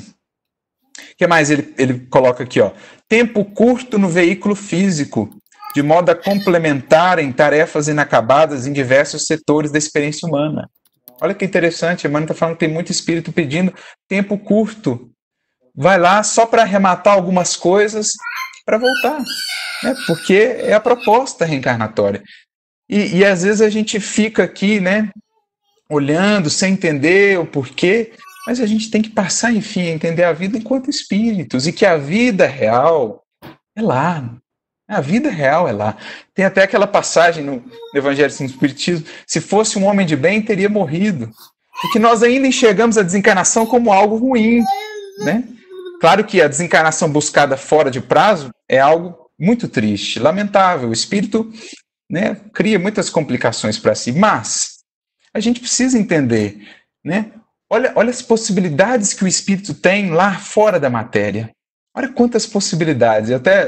O que mais ele coloca aqui? Ó? Tempo curto no veículo físico, de modo a complementarem tarefas inacabadas em diversos setores da experiência humana. Olha que interessante, a Emmanuel está falando que tem muito espírito pedindo tempo curto. Vai lá só para arrematar algumas coisas para voltar, né? Porque é a proposta reencarnatória. E às vezes a gente fica aqui, né, olhando sem entender o porquê, mas a gente tem que passar, enfim, a entender a vida enquanto espíritos, e que a vida real é lá. A vida real é lá. Tem até aquela passagem no Evangelho sem Espiritismo, se fosse um homem de bem, teria morrido. Porque nós ainda enxergamos a desencarnação como algo ruim, né? Claro que a desencarnação buscada fora de prazo é algo muito triste, lamentável. O espírito, né, cria muitas complicações para si, mas a gente precisa entender, né? Olha as possibilidades que o espírito tem lá fora da matéria. Olha quantas possibilidades. Até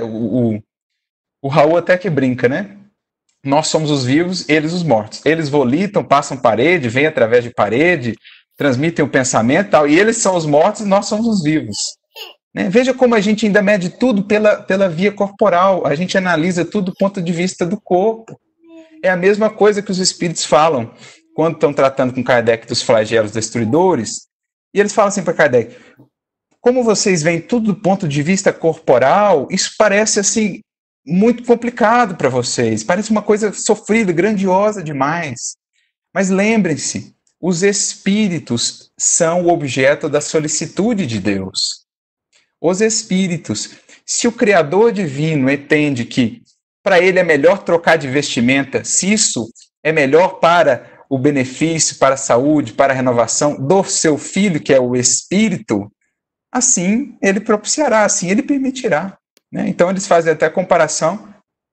o Raul até que brinca, né? Nós somos os vivos, eles os mortos. Eles volitam, passam parede, vêm através de parede, transmitem o pensamento e tal, e eles são os mortos e nós somos os vivos. Né? Veja como a gente ainda mede tudo pela via corporal, a gente analisa tudo do ponto de vista do corpo. É a mesma coisa que os espíritos falam quando estão tratando com Kardec dos flagelos destruidores, e eles falam assim para Kardec, como vocês veem tudo do ponto de vista corporal, isso parece assim muito complicado para vocês, parece uma coisa sofrida, grandiosa demais. Mas lembrem-se, os espíritos são o objeto da solicitude de Deus. Os espíritos, se o Criador Divino entende que para ele é melhor trocar de vestimenta, se isso é melhor para o benefício, para a saúde, para a renovação do seu filho, que é o espírito, assim ele propiciará, assim ele permitirá. Né? Então eles fazem até comparação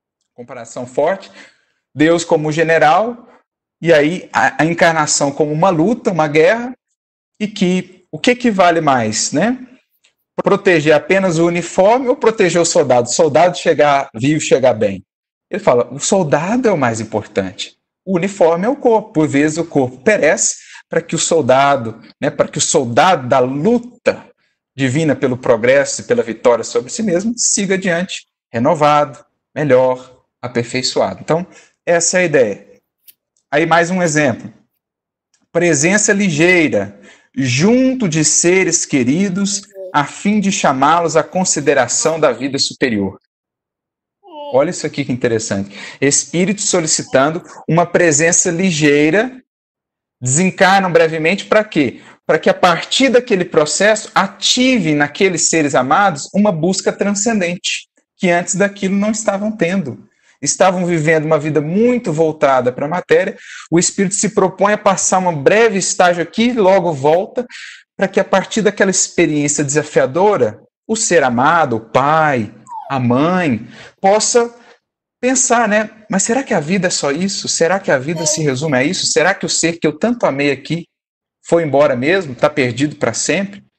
forte, Deus como general, e aí a encarnação como uma luta, uma guerra, e que o que vale mais, né? Proteger apenas o uniforme ou proteger o soldado? O soldado chegar vivo, chegar bem. Ele fala, o soldado é o mais importante. O uniforme é o corpo. Por vezes o corpo perece para que o soldado, né, para que o soldado da luta divina pelo progresso e pela vitória sobre si mesmo siga adiante, renovado, melhor, aperfeiçoado. Então, essa é a ideia. Aí mais um exemplo. Presença ligeira, junto de seres queridos, a fim de chamá-los à consideração da vida superior. Olha isso aqui que interessante. Espírito solicitando uma presença ligeira, desencarnam brevemente para quê? Para que a partir daquele processo ative naqueles seres amados uma busca transcendente, que antes daquilo não estavam tendo. Estavam vivendo uma vida muito voltada para a matéria, o espírito se propõe a passar um breve estágio aqui e logo volta, para que a partir daquela experiência desafiadora, o ser amado, o pai, a mãe, possa pensar, né? Mas será que a vida é só isso? Será que a vida se resume a isso? Será que o ser que eu tanto amei aqui foi embora mesmo? Está perdido para sempre?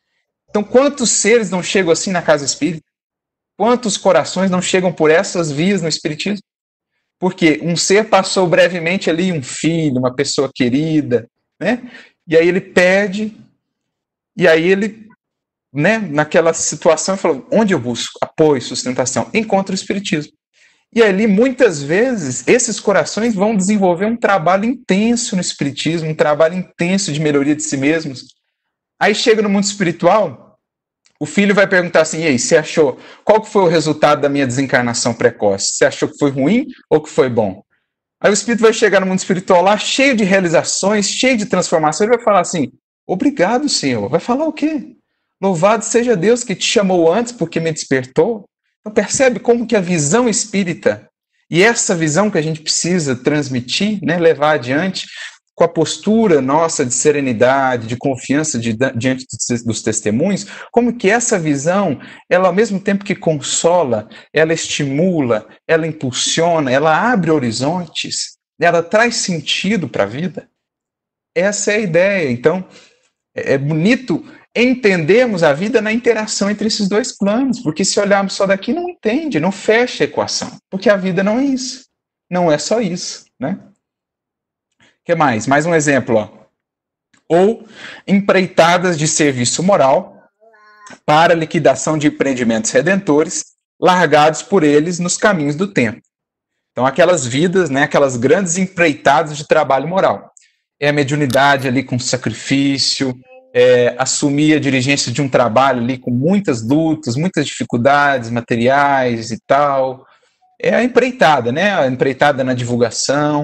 Então, quantos seres não chegam assim na casa espírita? Quantos corações não chegam por essas vias no espiritismo? Porque um ser passou brevemente ali, um filho, uma pessoa querida, né? E aí ele pede, e aí ele, né, naquela situação, falou: onde eu busco apoio, sustentação? Encontro o espiritismo. E ali, muitas vezes, esses corações vão desenvolver um trabalho intenso no espiritismo, um trabalho intenso de melhoria de si mesmos. Aí chega no mundo espiritual, o filho vai perguntar assim: e aí, você achou, qual que foi o resultado da minha desencarnação precoce? Você achou que foi ruim ou que foi bom? Aí o espírito vai chegar no mundo espiritual lá, cheio de realizações, cheio de transformação, ele vai falar assim: obrigado, Senhor. Vai falar o quê? Louvado seja Deus que te chamou antes porque me despertou. Então percebe como que a visão espírita, e essa visão que a gente precisa transmitir, né, levar adiante, com a postura nossa de serenidade, de confiança diante dos testemunhos, como que essa visão, ela ao mesmo tempo que consola, ela estimula, ela impulsiona, ela abre horizontes, ela traz sentido para a vida. Essa é a ideia. Então, é bonito entendermos a vida na interação entre esses dois planos, porque se olharmos só daqui, não entende, não fecha a equação, porque a vida não é isso, não é só isso, né? O que mais? Mais um exemplo, ó. Ou empreitadas de serviço moral para liquidação de empreendimentos redentores largados por eles nos caminhos do tempo. Então, aquelas vidas, né, aquelas grandes empreitadas de trabalho moral. É a mediunidade ali com sacrifício, assumir a dirigência de um trabalho ali com muitas lutas, muitas dificuldades materiais e tal. É a empreitada, né? A empreitada na divulgação.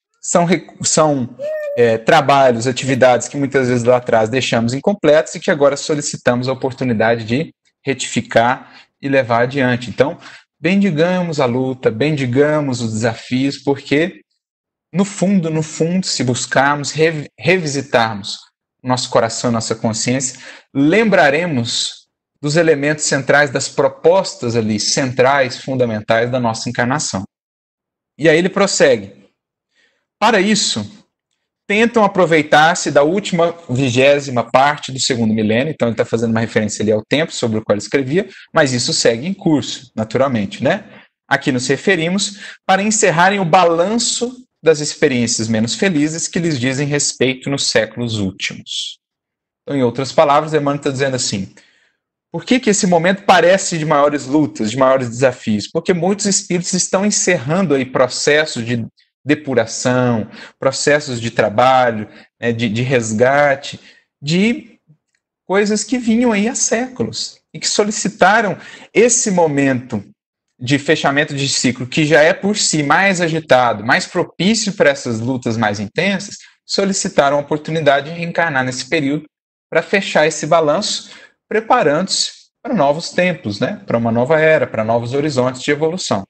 São trabalhos, atividades que muitas vezes lá atrás deixamos incompletos e que agora solicitamos a oportunidade de retificar e levar adiante. Então, bendigamos a luta, bendigamos os desafios, porque no fundo, se buscarmos, revisitarmos nosso coração, nossa consciência, lembraremos dos elementos centrais, das propostas ali, centrais, fundamentais da nossa encarnação. E aí ele prossegue. Para isso, tentam aproveitar-se da última 20ª parte do segundo milênio, então ele está fazendo uma referência ali ao tempo sobre o qual ele escrevia, mas isso segue em curso, naturalmente, né? Aqui nos referimos para encerrarem o balanço das experiências menos felizes que lhes dizem respeito nos séculos últimos. Então, em outras palavras, Emmanuel está dizendo assim: por que esse momento parece de maiores lutas, de maiores desafios? Porque muitos espíritos estão encerrando aí processos de depuração, processos de trabalho, né, de resgate, de coisas que vinham aí há séculos e que solicitaram esse momento de fechamento de ciclo, que já é por si mais agitado, mais propício para essas lutas mais intensas, solicitaram a oportunidade de reencarnar nesse período para fechar esse balanço, preparando-se para novos tempos, né? Para uma nova era, para novos horizontes de evolução.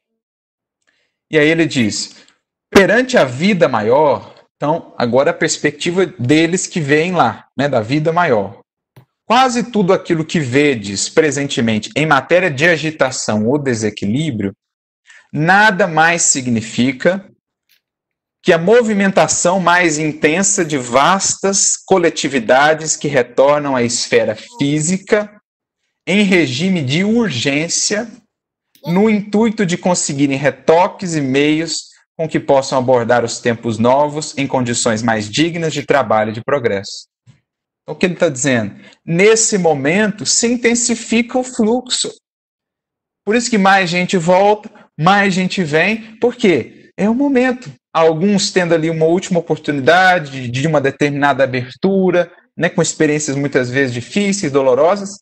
E aí ele diz: perante a vida maior, então agora a perspectiva deles que veem lá, né, da vida maior. Quase tudo aquilo que vedes presentemente em matéria de agitação ou desequilíbrio, nada mais significa que a movimentação mais intensa de vastas coletividades que retornam à esfera física em regime de urgência, no intuito de conseguirem retoques e meios com que possam abordar os tempos novos em condições mais dignas de trabalho e de progresso. O que ele está dizendo? Nesse momento se intensifica o fluxo. Por isso que mais gente volta, mais gente vem. Por quê? É o momento. Alguns tendo ali uma última oportunidade de uma determinada abertura, né, com experiências muitas vezes difíceis, dolorosas,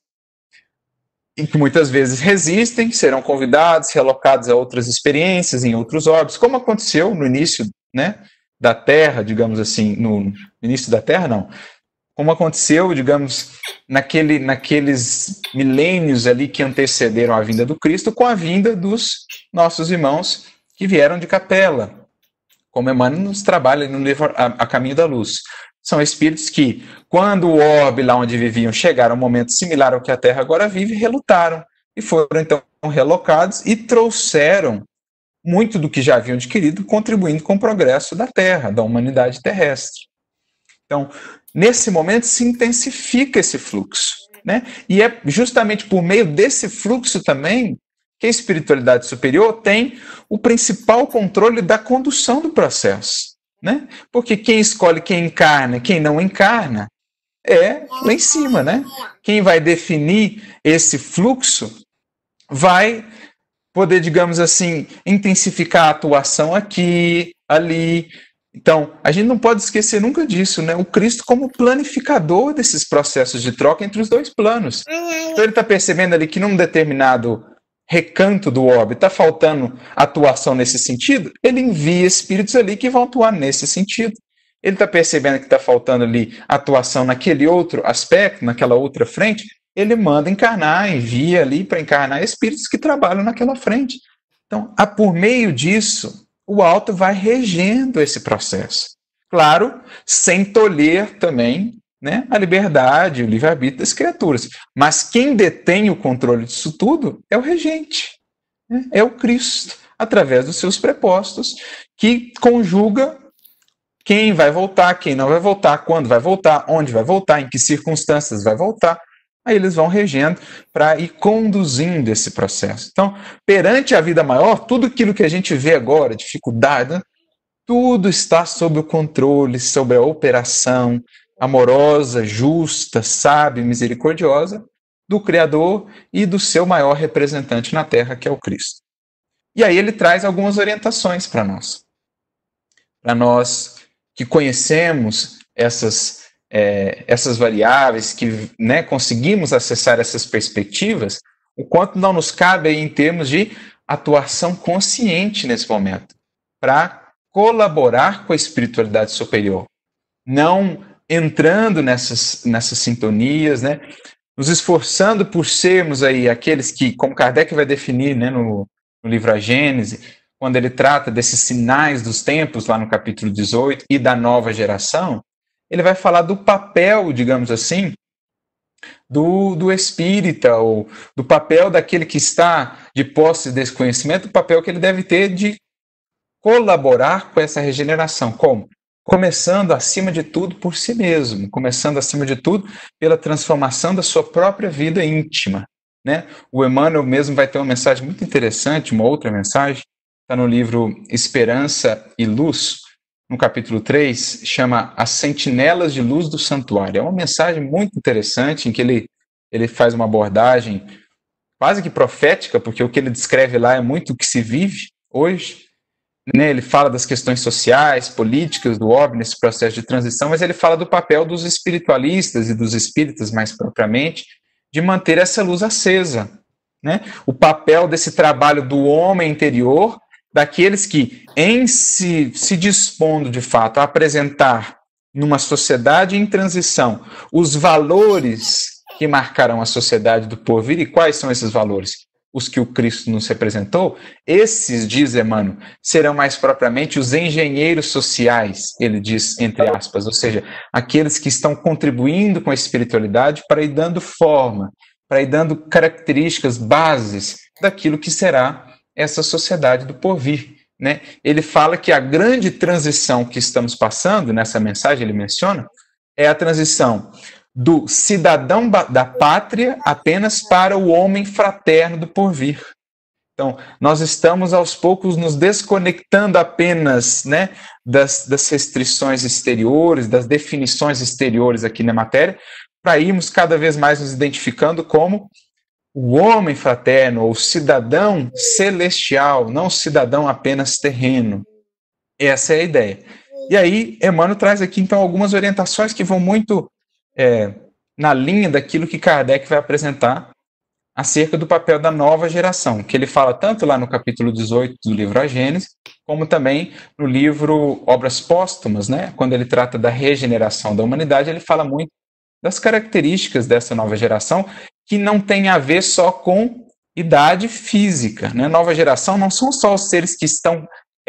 e que muitas vezes resistem, serão convidados, relocados a outras experiências, em outros órbitos, como aconteceu no início, né, da Terra, digamos assim, no início da Terra, não, como aconteceu, digamos, naqueles milênios ali que antecederam a vinda do Cristo, com a vinda dos nossos irmãos que vieram de Capela, como Emmanuel nos trabalha no livro A Caminho da Luz. São espíritos que, quando o orbe lá onde viviam chegaram a um momento similar ao que a Terra agora vive, relutaram e foram então relocados e trouxeram muito do que já haviam adquirido, contribuindo com o progresso da Terra, da humanidade terrestre. Então, nesse momento se intensifica esse fluxo. né? E é justamente por meio desse fluxo também que a espiritualidade superior tem o principal controle da condução do processo, né? Porque quem escolhe quem encarna e quem não encarna é lá em cima, né? Quem vai definir esse fluxo vai poder, digamos assim, intensificar a atuação aqui, ali. Então, a gente não pode esquecer nunca disso, né? O Cristo como planificador desses processos de troca entre os dois planos. Então, ele está percebendo ali que num determinado recanto do orbe está faltando atuação nesse sentido, ele envia espíritos ali que vão atuar nesse sentido. Ele está percebendo que está faltando ali atuação naquele outro aspecto, naquela outra frente, ele manda encarnar, envia ali para encarnar espíritos que trabalham naquela frente. Então, por meio disso, o alto vai regendo esse processo. Claro, sem tolher também, né, a liberdade, o livre-arbítrio das criaturas. Mas quem detém o controle disso tudo é o regente, né? É o Cristo, através dos seus prepostos, que conjuga quem vai voltar, quem não vai voltar, quando vai voltar, onde vai voltar, em que circunstâncias vai voltar. Aí eles vão regendo para ir conduzindo esse processo. Então, perante a vida maior, tudo aquilo que a gente vê agora, dificuldade, tudo está sob o controle, sob a operação amorosa, justa, sábia e misericordiosa do Criador e do seu maior representante na Terra, que é o Cristo. E aí ele traz algumas orientações para nós. Para nós que conhecemos essas variáveis, que, né, conseguimos acessar essas perspectivas, o quanto não nos cabe aí em termos de atuação consciente nesse momento, para colaborar com a espiritualidade superior, não entrando nessas sintonias, né, nos esforçando por sermos aí aqueles que, como Kardec vai definir, né, no livro A Gênese, quando ele trata desses sinais dos tempos, lá no capítulo 18, e da nova geração, ele vai falar do papel, digamos assim, do espírita, ou do papel daquele que está de posse desse conhecimento, o papel que ele deve ter de colaborar com essa regeneração. Como? Começando, acima de tudo, por si mesmo, começando, acima de tudo, pela transformação da sua própria vida íntima, né? O Emmanuel mesmo vai ter uma mensagem muito interessante, uma outra mensagem, está no livro Esperança e Luz, no capítulo 3, chama As Sentinelas de Luz do Santuário. É uma mensagem muito interessante, em que ele faz uma abordagem quase que profética, porque o que ele descreve lá é muito o que se vive hoje, né? Ele fala das questões sociais, políticas do orbe nesse processo de transição, mas ele fala do papel dos espiritualistas e dos espíritas, mais propriamente, de manter essa luz acesa, né? O papel desse trabalho do homem interior, daqueles que, em se dispondo de fato a apresentar numa sociedade em transição os valores que marcarão a sociedade do porvir. E quais são esses valores? Os que o Cristo nos representou. Esses, diz Emmanuel, serão mais propriamente os engenheiros sociais, ele diz entre aspas, ou seja, aqueles que estão contribuindo com a espiritualidade para ir dando forma, para ir dando características, bases daquilo que será essa sociedade do porvir, né? Ele fala que a grande transição que estamos passando, nessa mensagem ele menciona, é a transição do cidadão da pátria apenas para o homem fraterno do porvir. Então, nós estamos aos poucos nos desconectando apenas, né, das restrições exteriores, das definições exteriores aqui na matéria, para irmos cada vez mais nos identificando como o homem fraterno, ou cidadão celestial, não cidadão apenas terreno. Essa é a ideia. E aí, Emmanuel traz aqui, então, algumas orientações que vão muito na linha daquilo que Kardec vai apresentar acerca do papel da nova geração, que ele fala tanto lá no capítulo 18 do livro A Gênese, como também no livro Obras Póstumas, né? Quando ele trata da regeneração da humanidade, ele fala muito das características dessa nova geração, que não tem a ver só com idade física, né? Nova geração não são só os seres que estão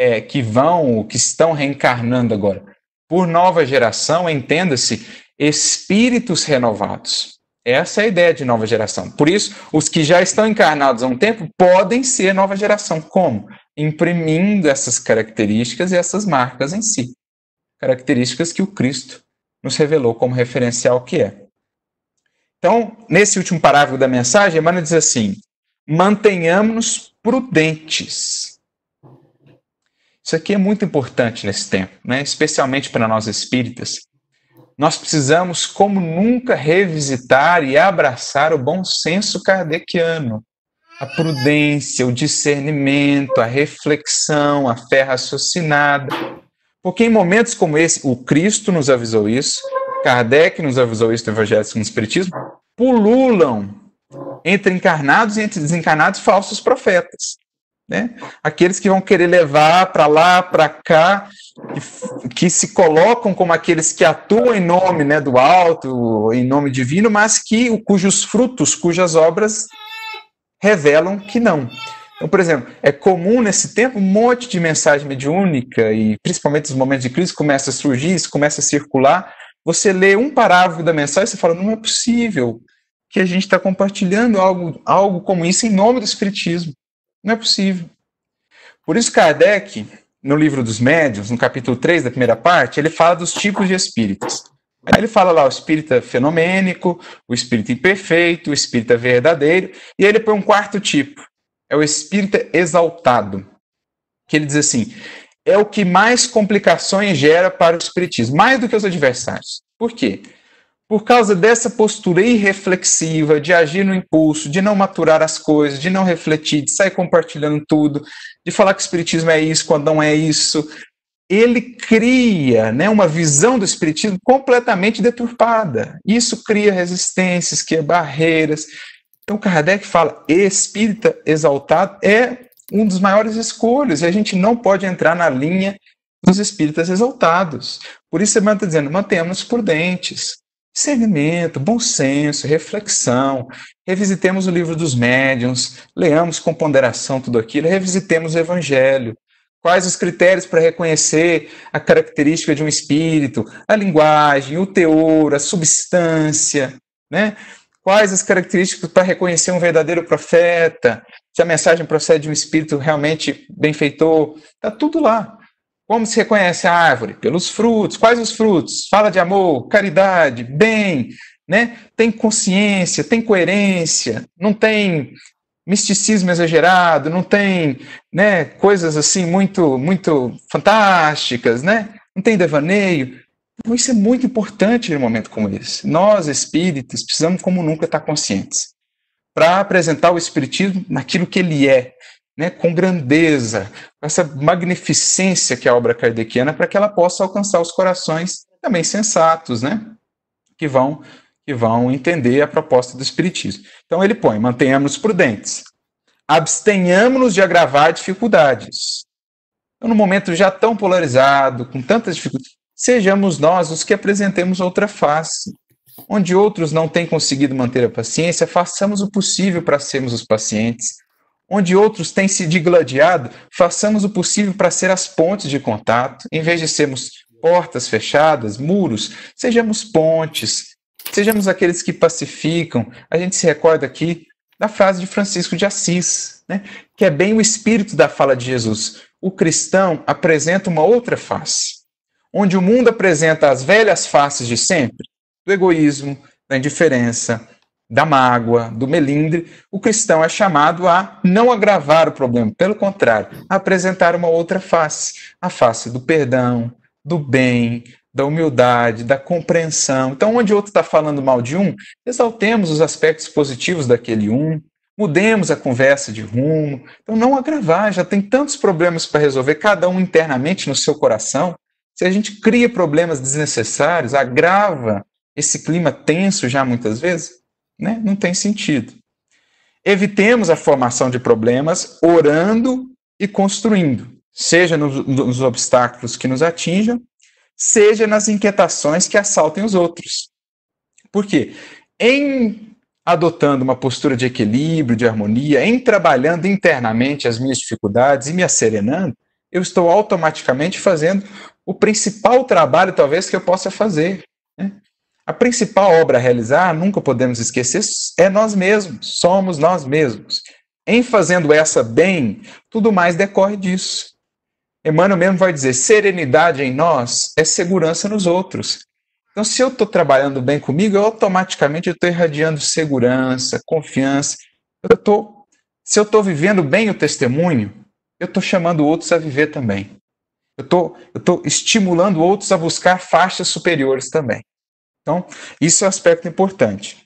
que estão reencarnando agora. Por nova geração, entenda-se espíritos renovados. Essa é a ideia de nova geração. Por isso, os que já estão encarnados há um tempo podem ser nova geração. Como? Imprimindo essas características e essas marcas em si. Características que o Cristo nos revelou como referencial que é. Então, nesse último parágrafo da mensagem, Emmanuel diz assim: mantenhamos-nos prudentes. Isso aqui é muito importante nesse tempo, né? Especialmente para nós espíritas. Nós precisamos, como nunca, revisitar e abraçar o bom senso kardeciano, a prudência, o discernimento, a reflexão, a fé raciocinada. Porque em momentos como esse, o Cristo nos avisou isso, Kardec nos avisou isso no Evangelho segundo o Espiritismo, pululam entre encarnados e entre desencarnados falsos profetas. Né? Aqueles que vão querer levar para lá, para cá, que se colocam como aqueles que atuam em nome, né, do alto, em nome divino, mas cujos frutos, cujas obras revelam que não. Então, por exemplo, é comum nesse tempo um monte de mensagem mediúnica, e principalmente nos momentos de crise começa a surgir, isso começa a circular. Você lê um parágrafo da mensagem e você fala, não é possível que a gente está compartilhando algo como isso em nome do Espiritismo. Não é possível. Por isso Kardec, no livro dos Médiuns, no capítulo 3 da primeira parte, ele fala dos tipos de espíritas. Aí ele fala lá o espírita fenomênico, o espírita imperfeito, o espírita verdadeiro, e aí ele põe um quarto tipo, é o espírita exaltado, que ele diz assim, é o que mais complicações gera para o espiritismo, mais do que os adversários. Por quê? Por causa dessa postura irreflexiva, de agir no impulso, de não maturar as coisas, de não refletir, de sair compartilhando tudo, de falar que o espiritismo é isso quando não é isso, ele cria, né, uma visão do espiritismo completamente deturpada. Isso cria resistências, cria barreiras. Então Kardec fala, espírita exaltado é um dos maiores escolhas, e a gente não pode entrar na linha dos espíritas exaltados. Por isso Emmanuel está dizendo, mantenhamos prudentes. Discernimento, bom senso, reflexão, revisitemos o livro dos médiuns, leamos com ponderação tudo aquilo, revisitemos o Evangelho. Quais os critérios para reconhecer a característica de um espírito, a linguagem, o teor, a substância, né? Quais as características para reconhecer um verdadeiro profeta, se a mensagem procede de um espírito realmente benfeitor, está tudo lá. Como se reconhece a árvore? Pelos frutos. Quais os frutos? Fala de amor, caridade, bem, né? Tem consciência, tem coerência, não tem misticismo exagerado, não tem, né, coisas assim muito fantásticas, né? Não tem devaneio. Então, isso é muito importante em um momento como esse. Nós, espíritas, precisamos, como nunca, estar conscientes para apresentar o espiritismo naquilo que ele é, né, com grandeza, com essa magnificência que é a obra kardeciana, para que ela possa alcançar os corações também sensatos, né, que vão entender a proposta do espiritismo. Então ele põe, mantenhamos prudentes, abstenhamos-nos de agravar dificuldades. Então, num momento já tão polarizado, com tantas dificuldades, sejamos nós os que apresentemos outra face. Onde outros não têm conseguido manter a paciência, façamos o possível para sermos os pacientes. Onde outros têm se digladiado, façamos o possível para ser as pontes de contato. Em vez de sermos portas fechadas, muros, sejamos pontes, sejamos aqueles que pacificam. A gente se recorda aqui da frase de Francisco de Assis, né, que é bem o espírito da fala de Jesus. O cristão apresenta uma outra face. Onde o mundo apresenta as velhas faces de sempre, do egoísmo, da indiferença, da mágoa, do melindre, o cristão é chamado a não agravar o problema, pelo contrário, a apresentar uma outra face, a face do perdão, do bem, da humildade, da compreensão. Então, onde outro está falando mal de um, exaltemos os aspectos positivos daquele um, mudemos a conversa de rumo. Então, não agravar, já tem tantos problemas para resolver, cada um internamente no seu coração. Se a gente cria problemas desnecessários, agrava esse clima tenso já muitas vezes, né? Não tem sentido. Evitemos a formação de problemas orando e construindo, seja nos obstáculos que nos atinjam, seja nas inquietações que assaltem os outros. Por quê? Em adotando uma postura de equilíbrio, de harmonia, em trabalhando internamente as minhas dificuldades e me asserenando, eu estou automaticamente fazendo o principal trabalho, talvez, que eu possa fazer, né? A principal obra a realizar, nunca podemos esquecer, é nós mesmos, somos nós mesmos. Em fazendo essa bem, tudo mais decorre disso. Emmanuel mesmo vai dizer, serenidade em nós é segurança nos outros. Então, se eu estou trabalhando bem comigo, eu automaticamente estou irradiando segurança, confiança. Se eu estou vivendo bem o testemunho, eu estou chamando outros a viver também. Eu estou estimulando outros a buscar faixas superiores também. Então, isso é um aspecto importante.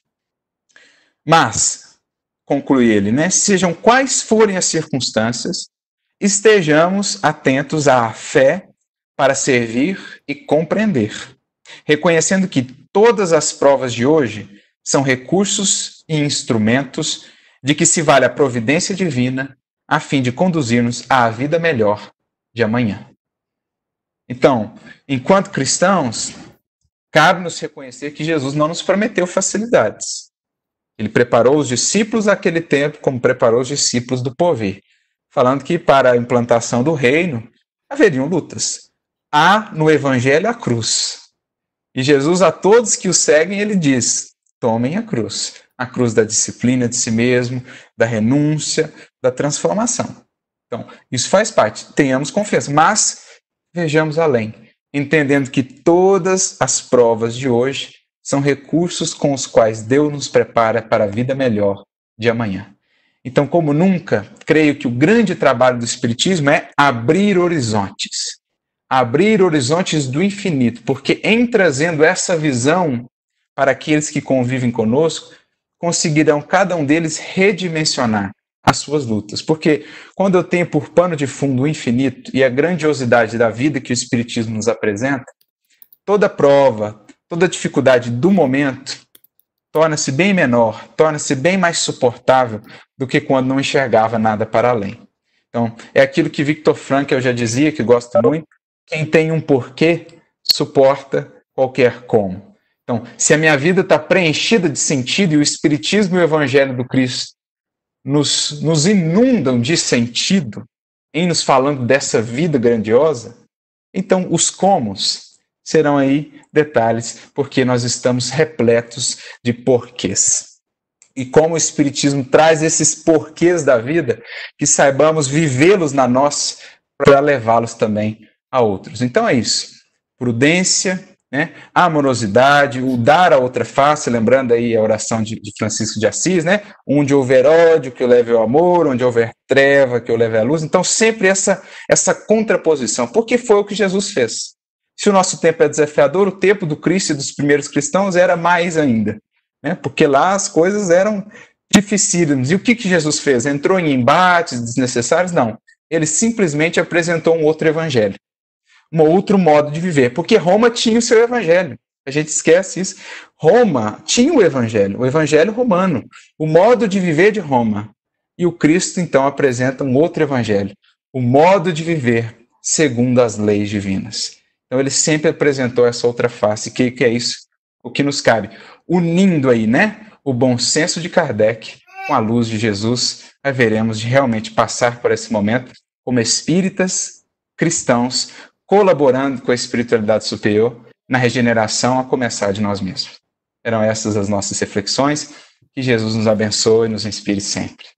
Mas, conclui ele, né? Sejam quais forem as circunstâncias, estejamos atentos à fé para servir e compreender, reconhecendo que todas as provas de hoje são recursos e instrumentos de que se vale a providência divina a fim de conduzir-nos à vida melhor de amanhã. Então, enquanto cristãos, cabe-nos reconhecer que Jesus não nos prometeu facilidades. Ele preparou os discípulos daquele tempo como preparou os discípulos do porvir, falando que para a implantação do reino haveriam lutas. Há no Evangelho a cruz. E Jesus, a todos que o seguem, ele diz: tomem a cruz da disciplina de si mesmo, da renúncia, da transformação. Então, isso faz parte, tenhamos confiança, mas vejamos além, entendendo que todas as provas de hoje são recursos com os quais Deus nos prepara para a vida melhor de amanhã. Então, como nunca, creio que o grande trabalho do Espiritismo é abrir horizontes do infinito, porque em trazendo essa visão para aqueles que convivem conosco, conseguirão cada um deles redimensionar as suas lutas. Porque quando eu tenho por pano de fundo o infinito e a grandiosidade da vida que o Espiritismo nos apresenta, toda prova, toda dificuldade do momento torna-se bem menor, torna-se bem mais suportável do que quando não enxergava nada para além. Então, é aquilo que Viktor Frankl já dizia, que gosto muito: quem tem um porquê, suporta qualquer como. Então, se a minha vida está preenchida de sentido e o Espiritismo e o Evangelho do Cristo nos inundam de sentido, em nos falando dessa vida grandiosa, então os comos serão aí detalhes, porque nós estamos repletos de porquês. E como o Espiritismo traz esses porquês da vida, que saibamos vivê-los na nós para levá-los também a outros. Então é isso. Prudência, né? Amorosidade, o dar a outra face, lembrando aí a oração de Francisco de Assis, né? Onde houver ódio, que eu leve ao amor, onde houver treva, que eu leve à luz. Então sempre essa contraposição, porque foi o que Jesus fez. Se o nosso tempo é desafiador, o tempo do Cristo e dos primeiros cristãos era mais ainda, né? Porque lá as coisas eram dificílimas. E o que Jesus fez? Entrou em embates desnecessários? Não. Ele simplesmente apresentou um outro evangelho, um outro modo de viver, porque Roma tinha o seu evangelho. A gente esquece isso. Roma tinha o evangelho romano, o modo de viver de Roma. E o Cristo, então, apresenta um outro evangelho, o modo de viver segundo as leis divinas. Então, ele sempre apresentou essa outra face, que é isso, o que nos cabe. Unindo aí, né, o bom senso de Kardec com a luz de Jesus, haveremos de realmente passar por esse momento como espíritas cristãos, colaborando com a espiritualidade superior na regeneração a começar de nós mesmos. Eram essas as nossas reflexões. Que Jesus nos abençoe e nos inspire sempre.